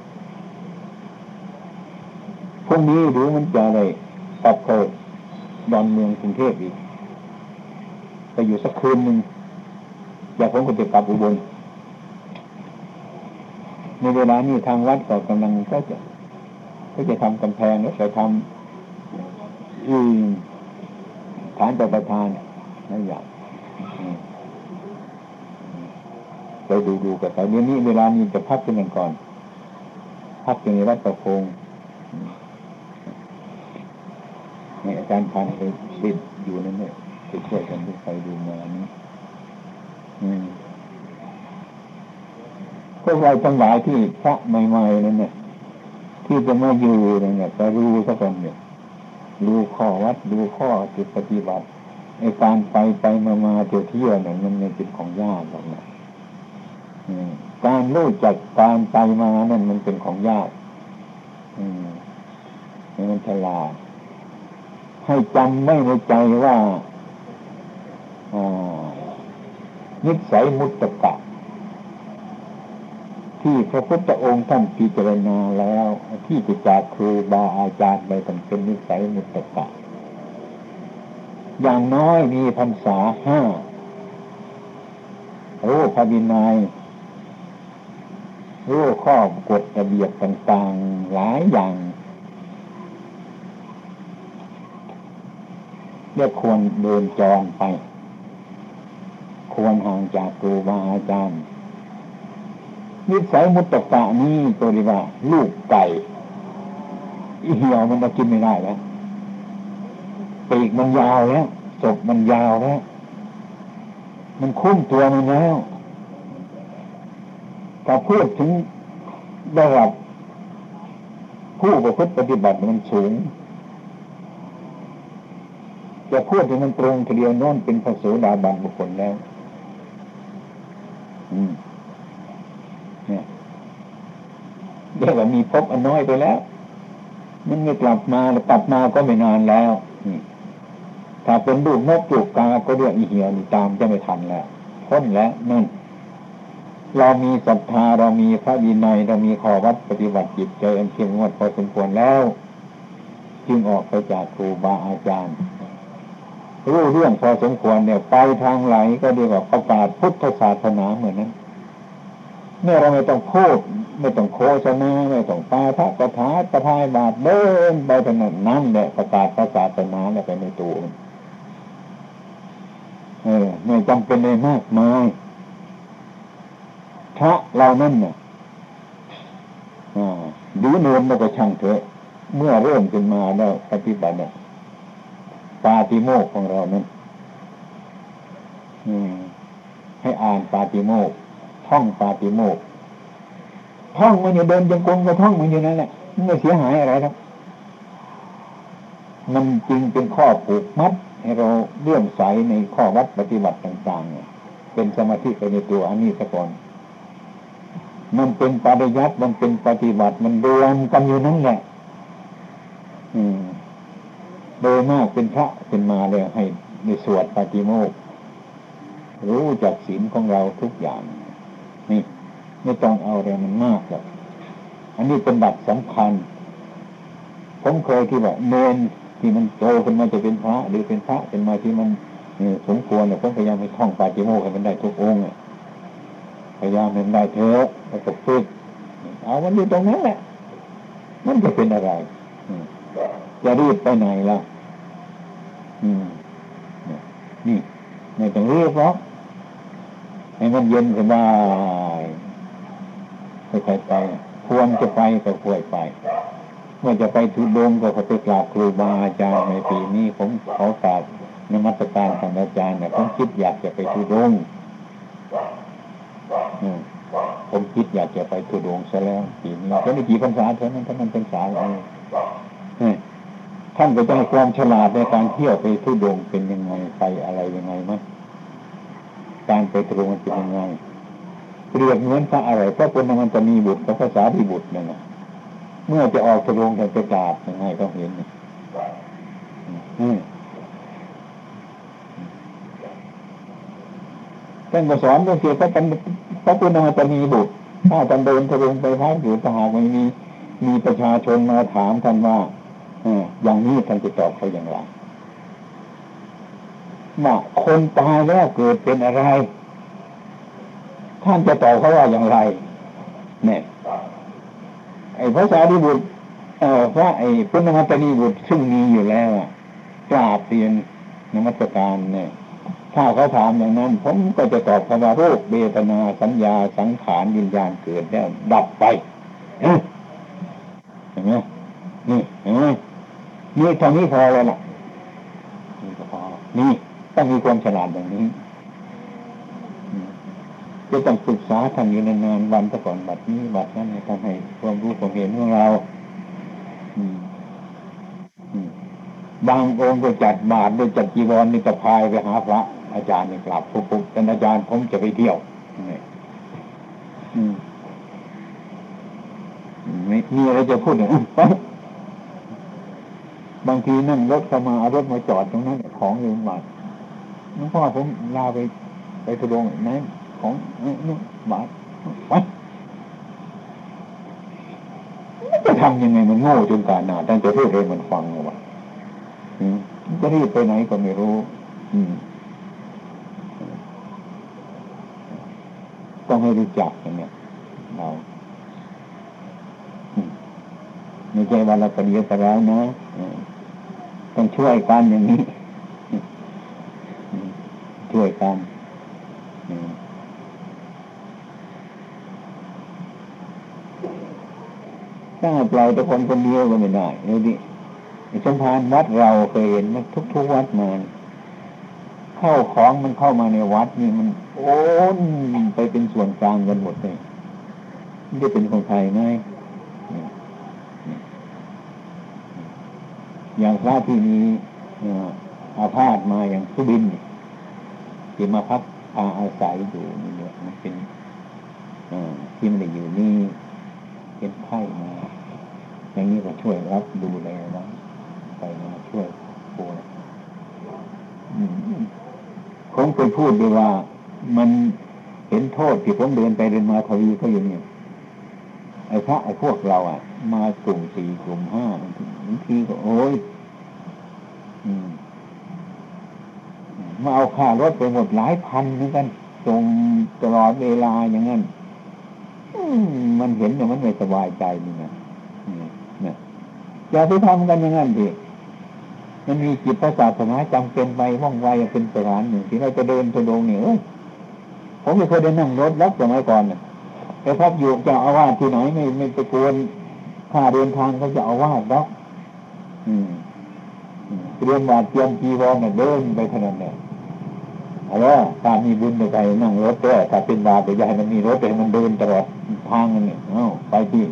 พวกนี้หรือมันจะอะไรปรับโคดดอนเมืองกรุงเทพอีกไปอยู่สักคืนหนึ่งอยากผมก็จะกลับอุบลในเวลานี้ทางวัดก็กำลังก็จะก็จะทำกำแพงแล้วจะทำอืมฐานประประธานนั่นอย่างไปดูดูกันแต่เดี๋ยวนี้เวลานี้จะพักกันก่อนพักอยู่ในวัดประพงนี่อาจารย์พันธุ์ไปเล่นอยู่นั่นเนี่ยไปช่วยกันดูไปดูมานี้พวกเราทั้งหลายที่พระใหม่ๆนั่นเนี่ยที่จะมาอยู่นั่นเนี่ยจะรู้สักคนเนี่ยรู้ข้อวัดรู้ข้อจุดปฏิบัติในการไปไปมามาเที่ยวเที่ยวเนี่ยมันไม่เป็นของยากหรอกนะการรู้จักการไปมานั่นมันเป็นของยากอืมมันฉลาดให้จำไว้ในใจว่านิสัยมุตตะที่พระพุทธองค์ท่านพิจารณาแล้วที่จะจากครูบาอาจารย์ไปต้องเป็นนิสัยมุตตะอย่างน้อยมีพรรษาห้ารู้พระวินัยรู้ข้อกฎระเบียบต่างๆหลายอย่างเรียกควรเดินจรไปควรห่างจากครูบาอาจารย์นิสัยมุตตะนี้ตัวเรียกว่าลูกไก่อีเหี่ยวมันจะกินไม่ได้แล้วปีกมันยาวแล้วศพมันยาวแล้วมันคุ้มตัวมันแล้วถ้าพูดถึงระดับผู้ประพฤติปฏิบัติมันสูงจะพูดถึงมันตรงทีเดียวโน้นเป็นพระโสดาบันบุคคลแล้วอืมเนี่ยเรียกว่ามีภพอันน้อยไปแล้วมันไม่กลับมาแล้วกลับมาก็ไม่นานแล้วถ้าเป็นลูกนกลูกกาก็เรียกอีเหี่ยวนี่ตามจะไม่ทันแล้วพ้นแล้วนั่นเรามีศรัทธาเรามีพระวินัยเรามีข้อวัดปฏิบัติจิตใจอันเข้มงวดพอสมควรแล้วจึงออกไปจากครูบาอาจารย์รู้เรื่องพอสมควรเนี่ยไปทางไหนก็เรียกว่าประกาศพุทธศาสนาเหมือนนั้นเมื่อเราไม่ต้องพูดไม่ต้องโฆษณาไม่ต้องปาฐกถาประทายบาทเดินไปถนนนั้นแหละประกาศศาสนาเนี่ยไปในตัวเออไม่จำเป็นเลยมากมายพระเรานั่นเนี่ยดูเนินเราก็ช่างเถอะเมื่อเริ่มขึ้นมาแล้วปฏิบัติเนี่ยปาติโมกข์ของเรานั้นให้อ่านปาติโมกข์ท่องปาติโมกข์ท่องมันอยู่เดินจงกรมก็ท่องมันอยู่นั่นแหละมันไม่เสียหายอะไรครับมันจริงเป็นข้อผูกมัดให้เราเลื่อมใสในข้อวัดปฏิบัติต่างๆเนี่ยเป็นสมาธิไปในตัวอันนี้ซะก่อนมันเป็นปริยัติมันเป็นปฏิบัติมันรวมกันอยู่นั่นแหละอืมโดยมากเป็นพระเป็นมาเลยให้ในสวดปาติโมกข์รู้จักศีลของเราทุกอย่างนี่ไม่ต้องเอาอะไรมันมากหรอกอันนี้เป็นบัตรสำคัญผมเคยที่ว่าเนนที่มันโตขึ้นมาจะเป็นพระหรือเป็นพระเป็นมาที่มันสมควรเนี่ยผมพยายามให้ท่องปาติโมกข์ให้มันได้ทุกองค์พยายามให้มันได้เถอะแล้วก็ฝึกเอามันอยู่ตรงนั้นแหละมันจะเป็นอะไรจะรีบไปไหนล่ะอืมนี่ไม่ต้องรีบหรอกให้มันเย็นสบายค่อยๆไปควรจะไปก็ควรไปเมื่อจะไปทุดงก็ขอไปกราบครูบาอาจารย์ในปีนี้ผมขอกราบนมัสการท่านอาจารย์เนี่ยผมคิดอยากจะไปทุดงผมคิดอยากจะไปทุดงซะแล้วปีนี้ก็ไม่กี่พรรษาเท่านั้นถ้ามันเป็นสาวอะไรท่านก็จะให้ความฉลาดในการเที่ยวไปทุดงเป็นยังไงไปอะไรยังไงมั้ยการไปทุดงมันเป็นยังไงเปรียบเหมือนพระอะไรพระปุณณมันจะมีบุตรพระภาษาที่บุตรนั่นนะเมื่อจะออกทุดงจะไปกราบยังไงก็เห็นอืมท่านก็สอนเรื่องเกี่ยวกับพระปุณณมันจะมีบุตรถ้าท่านเดินทุดงไปพักอยู่ถ้าหากไม่มีมีประชาชนมาถามท่านว่าอย่างนี้ท่านจะตอบเขาอย่างไรว่าคนตายแล้วเกิดเป็นอะไรท่านจะตอบเขาว่าอย่างไรเนี่ยไอ้พระสารีบุตรเอ่อพระไอ้พุทธมัตตนีบุตรซึ่งมีอยู่แล้วกราบเรียนนมัสการเนี่ยถ้าเขาถามอย่างนั้นผมก็จะตอบคำว่ารูปเวทนาสัญญาสังขารวิญญาณเกิดแล้วดับไปเห็นไหมนี่เห็นไหมนี่เท่านี้พอแล้วล่ะนี่ก็พอนี่ต้องมีความฉลาดอย่างนี้จะต้องศึกษาทำอยู่นานๆวันแต่ก่อนบัดนี้บัดนั้นทำให้ความรู้ความเห็นของเราบางองค์ก็จัดบาตรโดยจัดจีวรนี่จะพายไปหาพระอาจารย์นี่กราบปุ๊บๆท่านอาจารย์ผมจะไปเที่ยวไม่มีอะไรจะพูดเนี่ยบางทีนั่งรถเข้ามาเอารถมาจอดตรงนั้นของอยู่บาทหลวงพ่อผมลาไปไปทุดงนั่นของนู่นบาทไปจะทำยังไงมันโง่จนกาหนาท่านจะพูดเองมันฟังเลยว่าจะรีบไปไหนก็ไม่รู้ต้องให้รู้จักกันเนี่ยเราไม่ใช่ว่าเราประเดียวแต่แล้วนะต้องช่วยกันอย่างนี้ช่วยกันถ้าเราแต่คนคนเดียวก็ไม่ได้เลยดิสมภารวัดเราเคยเห็นมันทุกๆวัดมาเข้าของมันเข้ามาในวัดนี่มันโอนไปเป็นส่วนกลางกันหมดเลยมันจะเป็นของใครไหมอย่างพระที่มีอาพาธมาอย่างสุบินที่มาพักอาอาศัยอยู่นี่เนี่ยมันเป็นที่มันอยู่นี่เป็นไข้มาอย่างนี้ก็ช่วยรับดูแลนะไปมาช่วยปูนะผมเคยพูดด้วยว่ามันเห็นโทษที่ผมเดินไปเดินมาทวีก็อย่างนี้ไอ้พระไอ้พวกเราอ่ะมากลุ่มสี่กลุ่มห้าบางทีก็โอ้ยมาเอาค่ารถไปหมดหลายพันเหมือนกันตรงตลอดเวลาอย่างนั้นมันเห็นแต่มันไม่สบายใจนี่นะนะอย่าไปทำกันอย่างนั้นดิมันมีจิตประสาทสนาจำเป็นไปว่องไวเป็นสถานหนึ่งที่เราจะเดินจะลงเนี่ยผมไม่เคยได้นั่งรถรับสมัยก่อนเนี่ยไปพักอยู่จะเอาว่าที่ไหนไม่ไม่ไปกวนค่าเดินทางเขาจะเอาว่ารับเตรียมบาตรเตรียมจีวรเนี่ยเดินไปถนนเนี่ยเอาละถ้ามีบุญไปนั่งรถด้วยถ้าเป็นบาปใหญ่มันมีรถแต่มันเดินตลอดทางนั่นเนี่ยเอ้าไปที่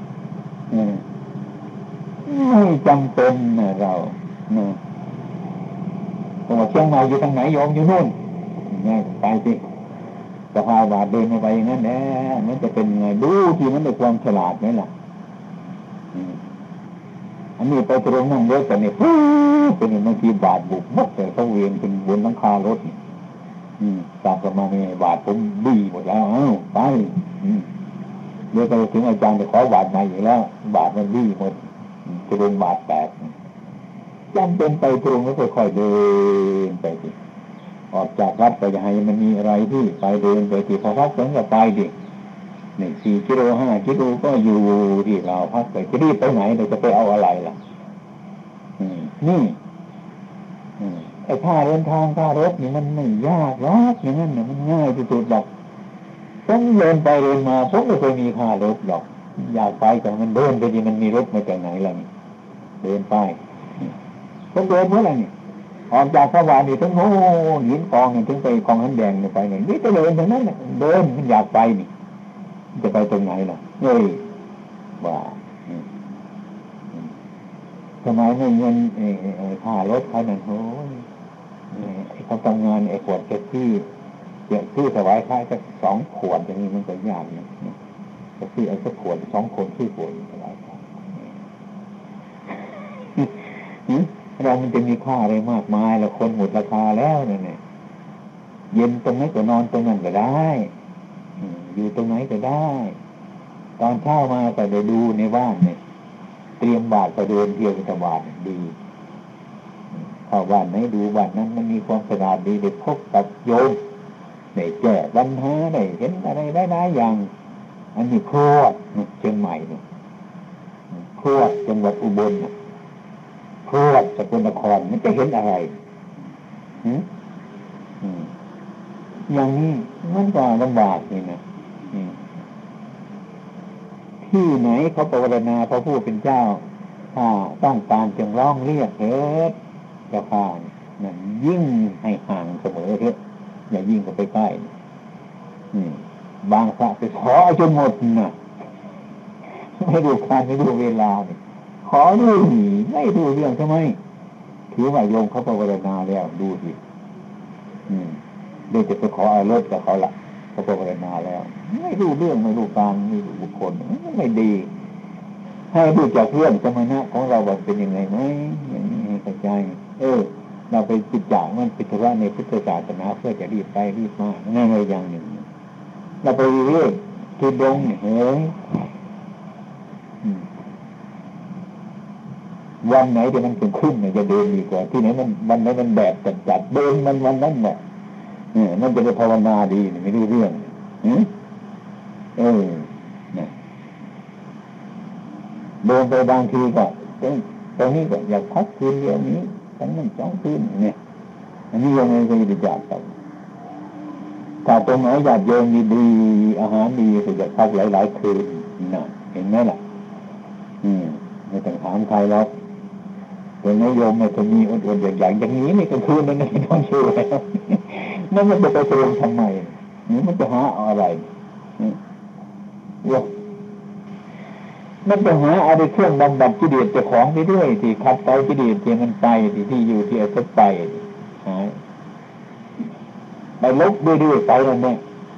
ไม่จำเป็นนะเรานะผมว่าเชียงใหม่อยู่ทางไหนโยมอยู่นู่นนี่ไปที่สภาบาทเดินไปอย่างนั้นแหละมันจะเป็นไงดูที่มันด้วยความฉลาดไหมล่ะอันนี้ไปตรงนั่งรถแต่เนี่ยปุ๊บเป็นบางทีบาทบุกมัดแต่เขาเวียนเป็นบนหลังคารถตามประมาณนี้บาทผมบี้หมดแล้วเอ้าไปเดี๋ยวไปถึงอาจารย์จะขอบาทมาอยู่แล้วบาทมันบี้หมดจะโดนบาทแตกจำเป็นไปตรงแล้วค่อยๆเดินไปสิออกจากวัดไปจะให้มันมีอะไรที่ไปเดินไปที่พอพักสงฆ์ก็ไปดิหนึ่งสี่กิโลห้ากิโลก็อยู่ที่เราพักไปจะรีบไปไหนเราจะไปเอาอะไรล่ะนี่ไอ้ค่าเดินทางค่ารถนี่มันไม่ยากหรอกอย่างนั้นเนี่ยมันง่ายที่สุดหรอกต้องเดินไปเดินมาผมไม่เคยมีค่ารถหรอกอยากไปแต่มันเดินไปดิมันมีรถมาจากไหนล่ะนี่เดินไปผมเดินเมื่อไหร่นี่ออกจากสวรรค์นี่ถึงโอ้หินกองนี่ถึงไปกองน้ำแดงนี่ไปนี่นี่จะเดินถึงนั้นเดินมันอยากไปนี่จะไปตรงไหนล่ะเฮ้ยว่าทำไมไม่เงินค่ารถเขานั่นโอ้ยเขาทำงานไอ้ขวดเจ็ดที่เจ็ดที่ถวายค่าสักสองขวดอย่างนี้มันก็ยากนะก็ที่ไอ้สักขวดสองคนที่ขวดถวายค่าเรามันจะมีค่าอะไรมากมายแล้วคนหมดราคาแล้วเนี่ยเย็นตรงไหนก็นอนตรงนั้นก็ได้อยู่ตรงไหนก็ได้ตอนเช้ามาก็ได้ดูในบ้านเนี่ยเตรียมบาตรก็เดินเที่ยวบิณฑบาตดีเข้าบ้านไหนดูบ้านนั้นมันมีความสะอาดดีได้พบกับโยมได้แก้ปัญหาได้เห็นอะไรได้หลายอย่างอันนี้โคตรเชียงใหม่เนี่ยโคตรจังหวัดอุบลเนี่ยโคตรสกลนครมันจะเห็นอะไรอย่างนี้มันก็ลำบากนี่นะที่ไหนเขาภาวนาพระผู้เป็นเจ้าถ้าต้องการจึงร้องเรียกเถิดเจ้าข้านั่นยิ่งให้ห่างเสมอเถิดอย่ายิ่งเข้าไปใกล้บางพระไปขอจนหมดน่ะไม่ดูการไม่ดูเวลาเนี่ยขอดูหนีไม่ดูเรื่องทำไมถือว่าโยมเขาภาวนาแล้วดูสิเดี๋ยวจะไปขอเอารถกับเขาละเขาภาวนาแล้วไม่รู้เรื่องไม่รู้การไม่รู้บุคคลไม่ดีให้ดูจากเรื่องสมณะของเราว่าเป็นยังไงไหมอย่างนี้ให้เข้าใจเออเราไปจิตจ่ายมันปิดว่าในพุทธศาสนาเพื่อจะรีบไปรีบมานั่นอะไรอย่างหนึ่งเราไปเรื่อยทุดงเฮ้ยวันไหนที่มันเป็นขึ้นเนี่ยจะเดินดีกว่าที่ไหนมันวันไหนมันแดดจัดจัดเดินมันวันนั้นเนี่ยเนี่ยมันจะได้ภาวนาดีไม่รู้เรื่องเออเนี่ยเดินไปบางทีก็ตรงนี้ก็อยากพักคืนเดียวนี้ทั้งนั้นสองคืนเนี่ยอันนี้ยังไงก็จะจากกันถ้าตรงไหนญาติโยมดีๆอาหารดีก็จะพักหลายๆคืนน่ะเห็นไหมล่ะอืมไม่ต้องถามใครหรอกตรงไหนโยมไม่ต้องมีอดๆอย่างอย่างอย่างนี้นี่ก็คืนนั่นเองต้องช่วยแล้วนั่นมันจะไปเตือนทำไมนี่มันจะหาอะไรว่ามันจะหาอะไรเครื่องบำบัดกิเลสเจ้าของไปด้วยที่ขัดเตากิเลสที่มันไปที่ที่อยู่ที่อาศัยไปหายไปลบด้วยๆไปแล้วเนี่ย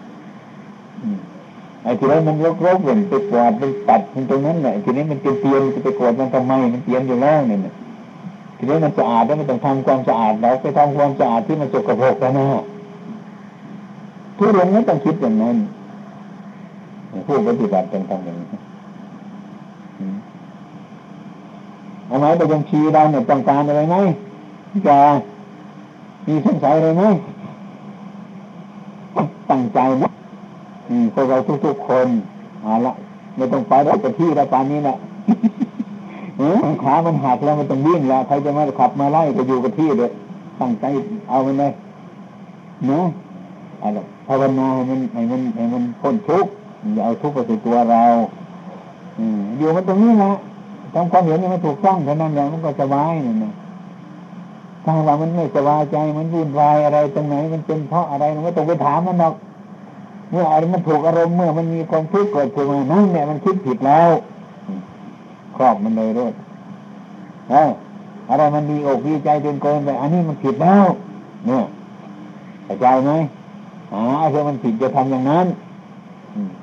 ไอ้ที่นั้นมันลบๆเหมือนไปกวาดไปตัดมันตรงนั้นแหละทีนี้มันเป็นเตียนมันจะไปกวาดมันทำไมมันเตียนอยู่แล้วเนี่ยทีนี้มันสะอาดแล้วมันต้องทำความสะอาดแล้วไปทำความสะอาดที่มันสกปรกแล้วนะทุกเรื่องนี้ต้องคิดอย่างนั้นผู้ปฏิบัติต้องทำอย่างนี้เอาไหมไปยังชีเราเนี่ยต้องการอะไรไหมจะมีสงสัยอะไรไหมตั้งใจนะพวกเราทุกๆคนเอาละไม่ต้องไปแล้วไปที่แล้วปานนี้แหละขามันหักแล้วมันต้องวิ่งแล้วใครจะมาขับมาไล่ก็อยู่กับที่เลยตั้งใจเอามันเลยเนาะอะไรภาวนาให้มันให้มันให้มันพ้นทุกข์อย่าเอาทุกข์ไปใส่ตัวเราอยู่มันตรงนี้นะทำความเห็นนี่มันถูกต้องเท่านั้นแหละมันก็สบายนี่นะถ้าว่ามันไม่สบายใจมันวุ่นวายอะไรตรงไหนมันเป็นเพราะอะไรมันไม่ต้องไปถามมันหรอกเมื่ออะไรมันถูกอารมณ์เมื่อมันมีความทุกข์เกิดขึ้นมานั่นเนี่ยมันคิดผิดแล้วครอบมันเลยด้วยเอออะไรมันดีอกดีใจจนเกินไปอันนี้มันผิดแล้วเนี่ยเข้าใจไหมอ่าถ้ามันผิดจะทำอย่างนั้น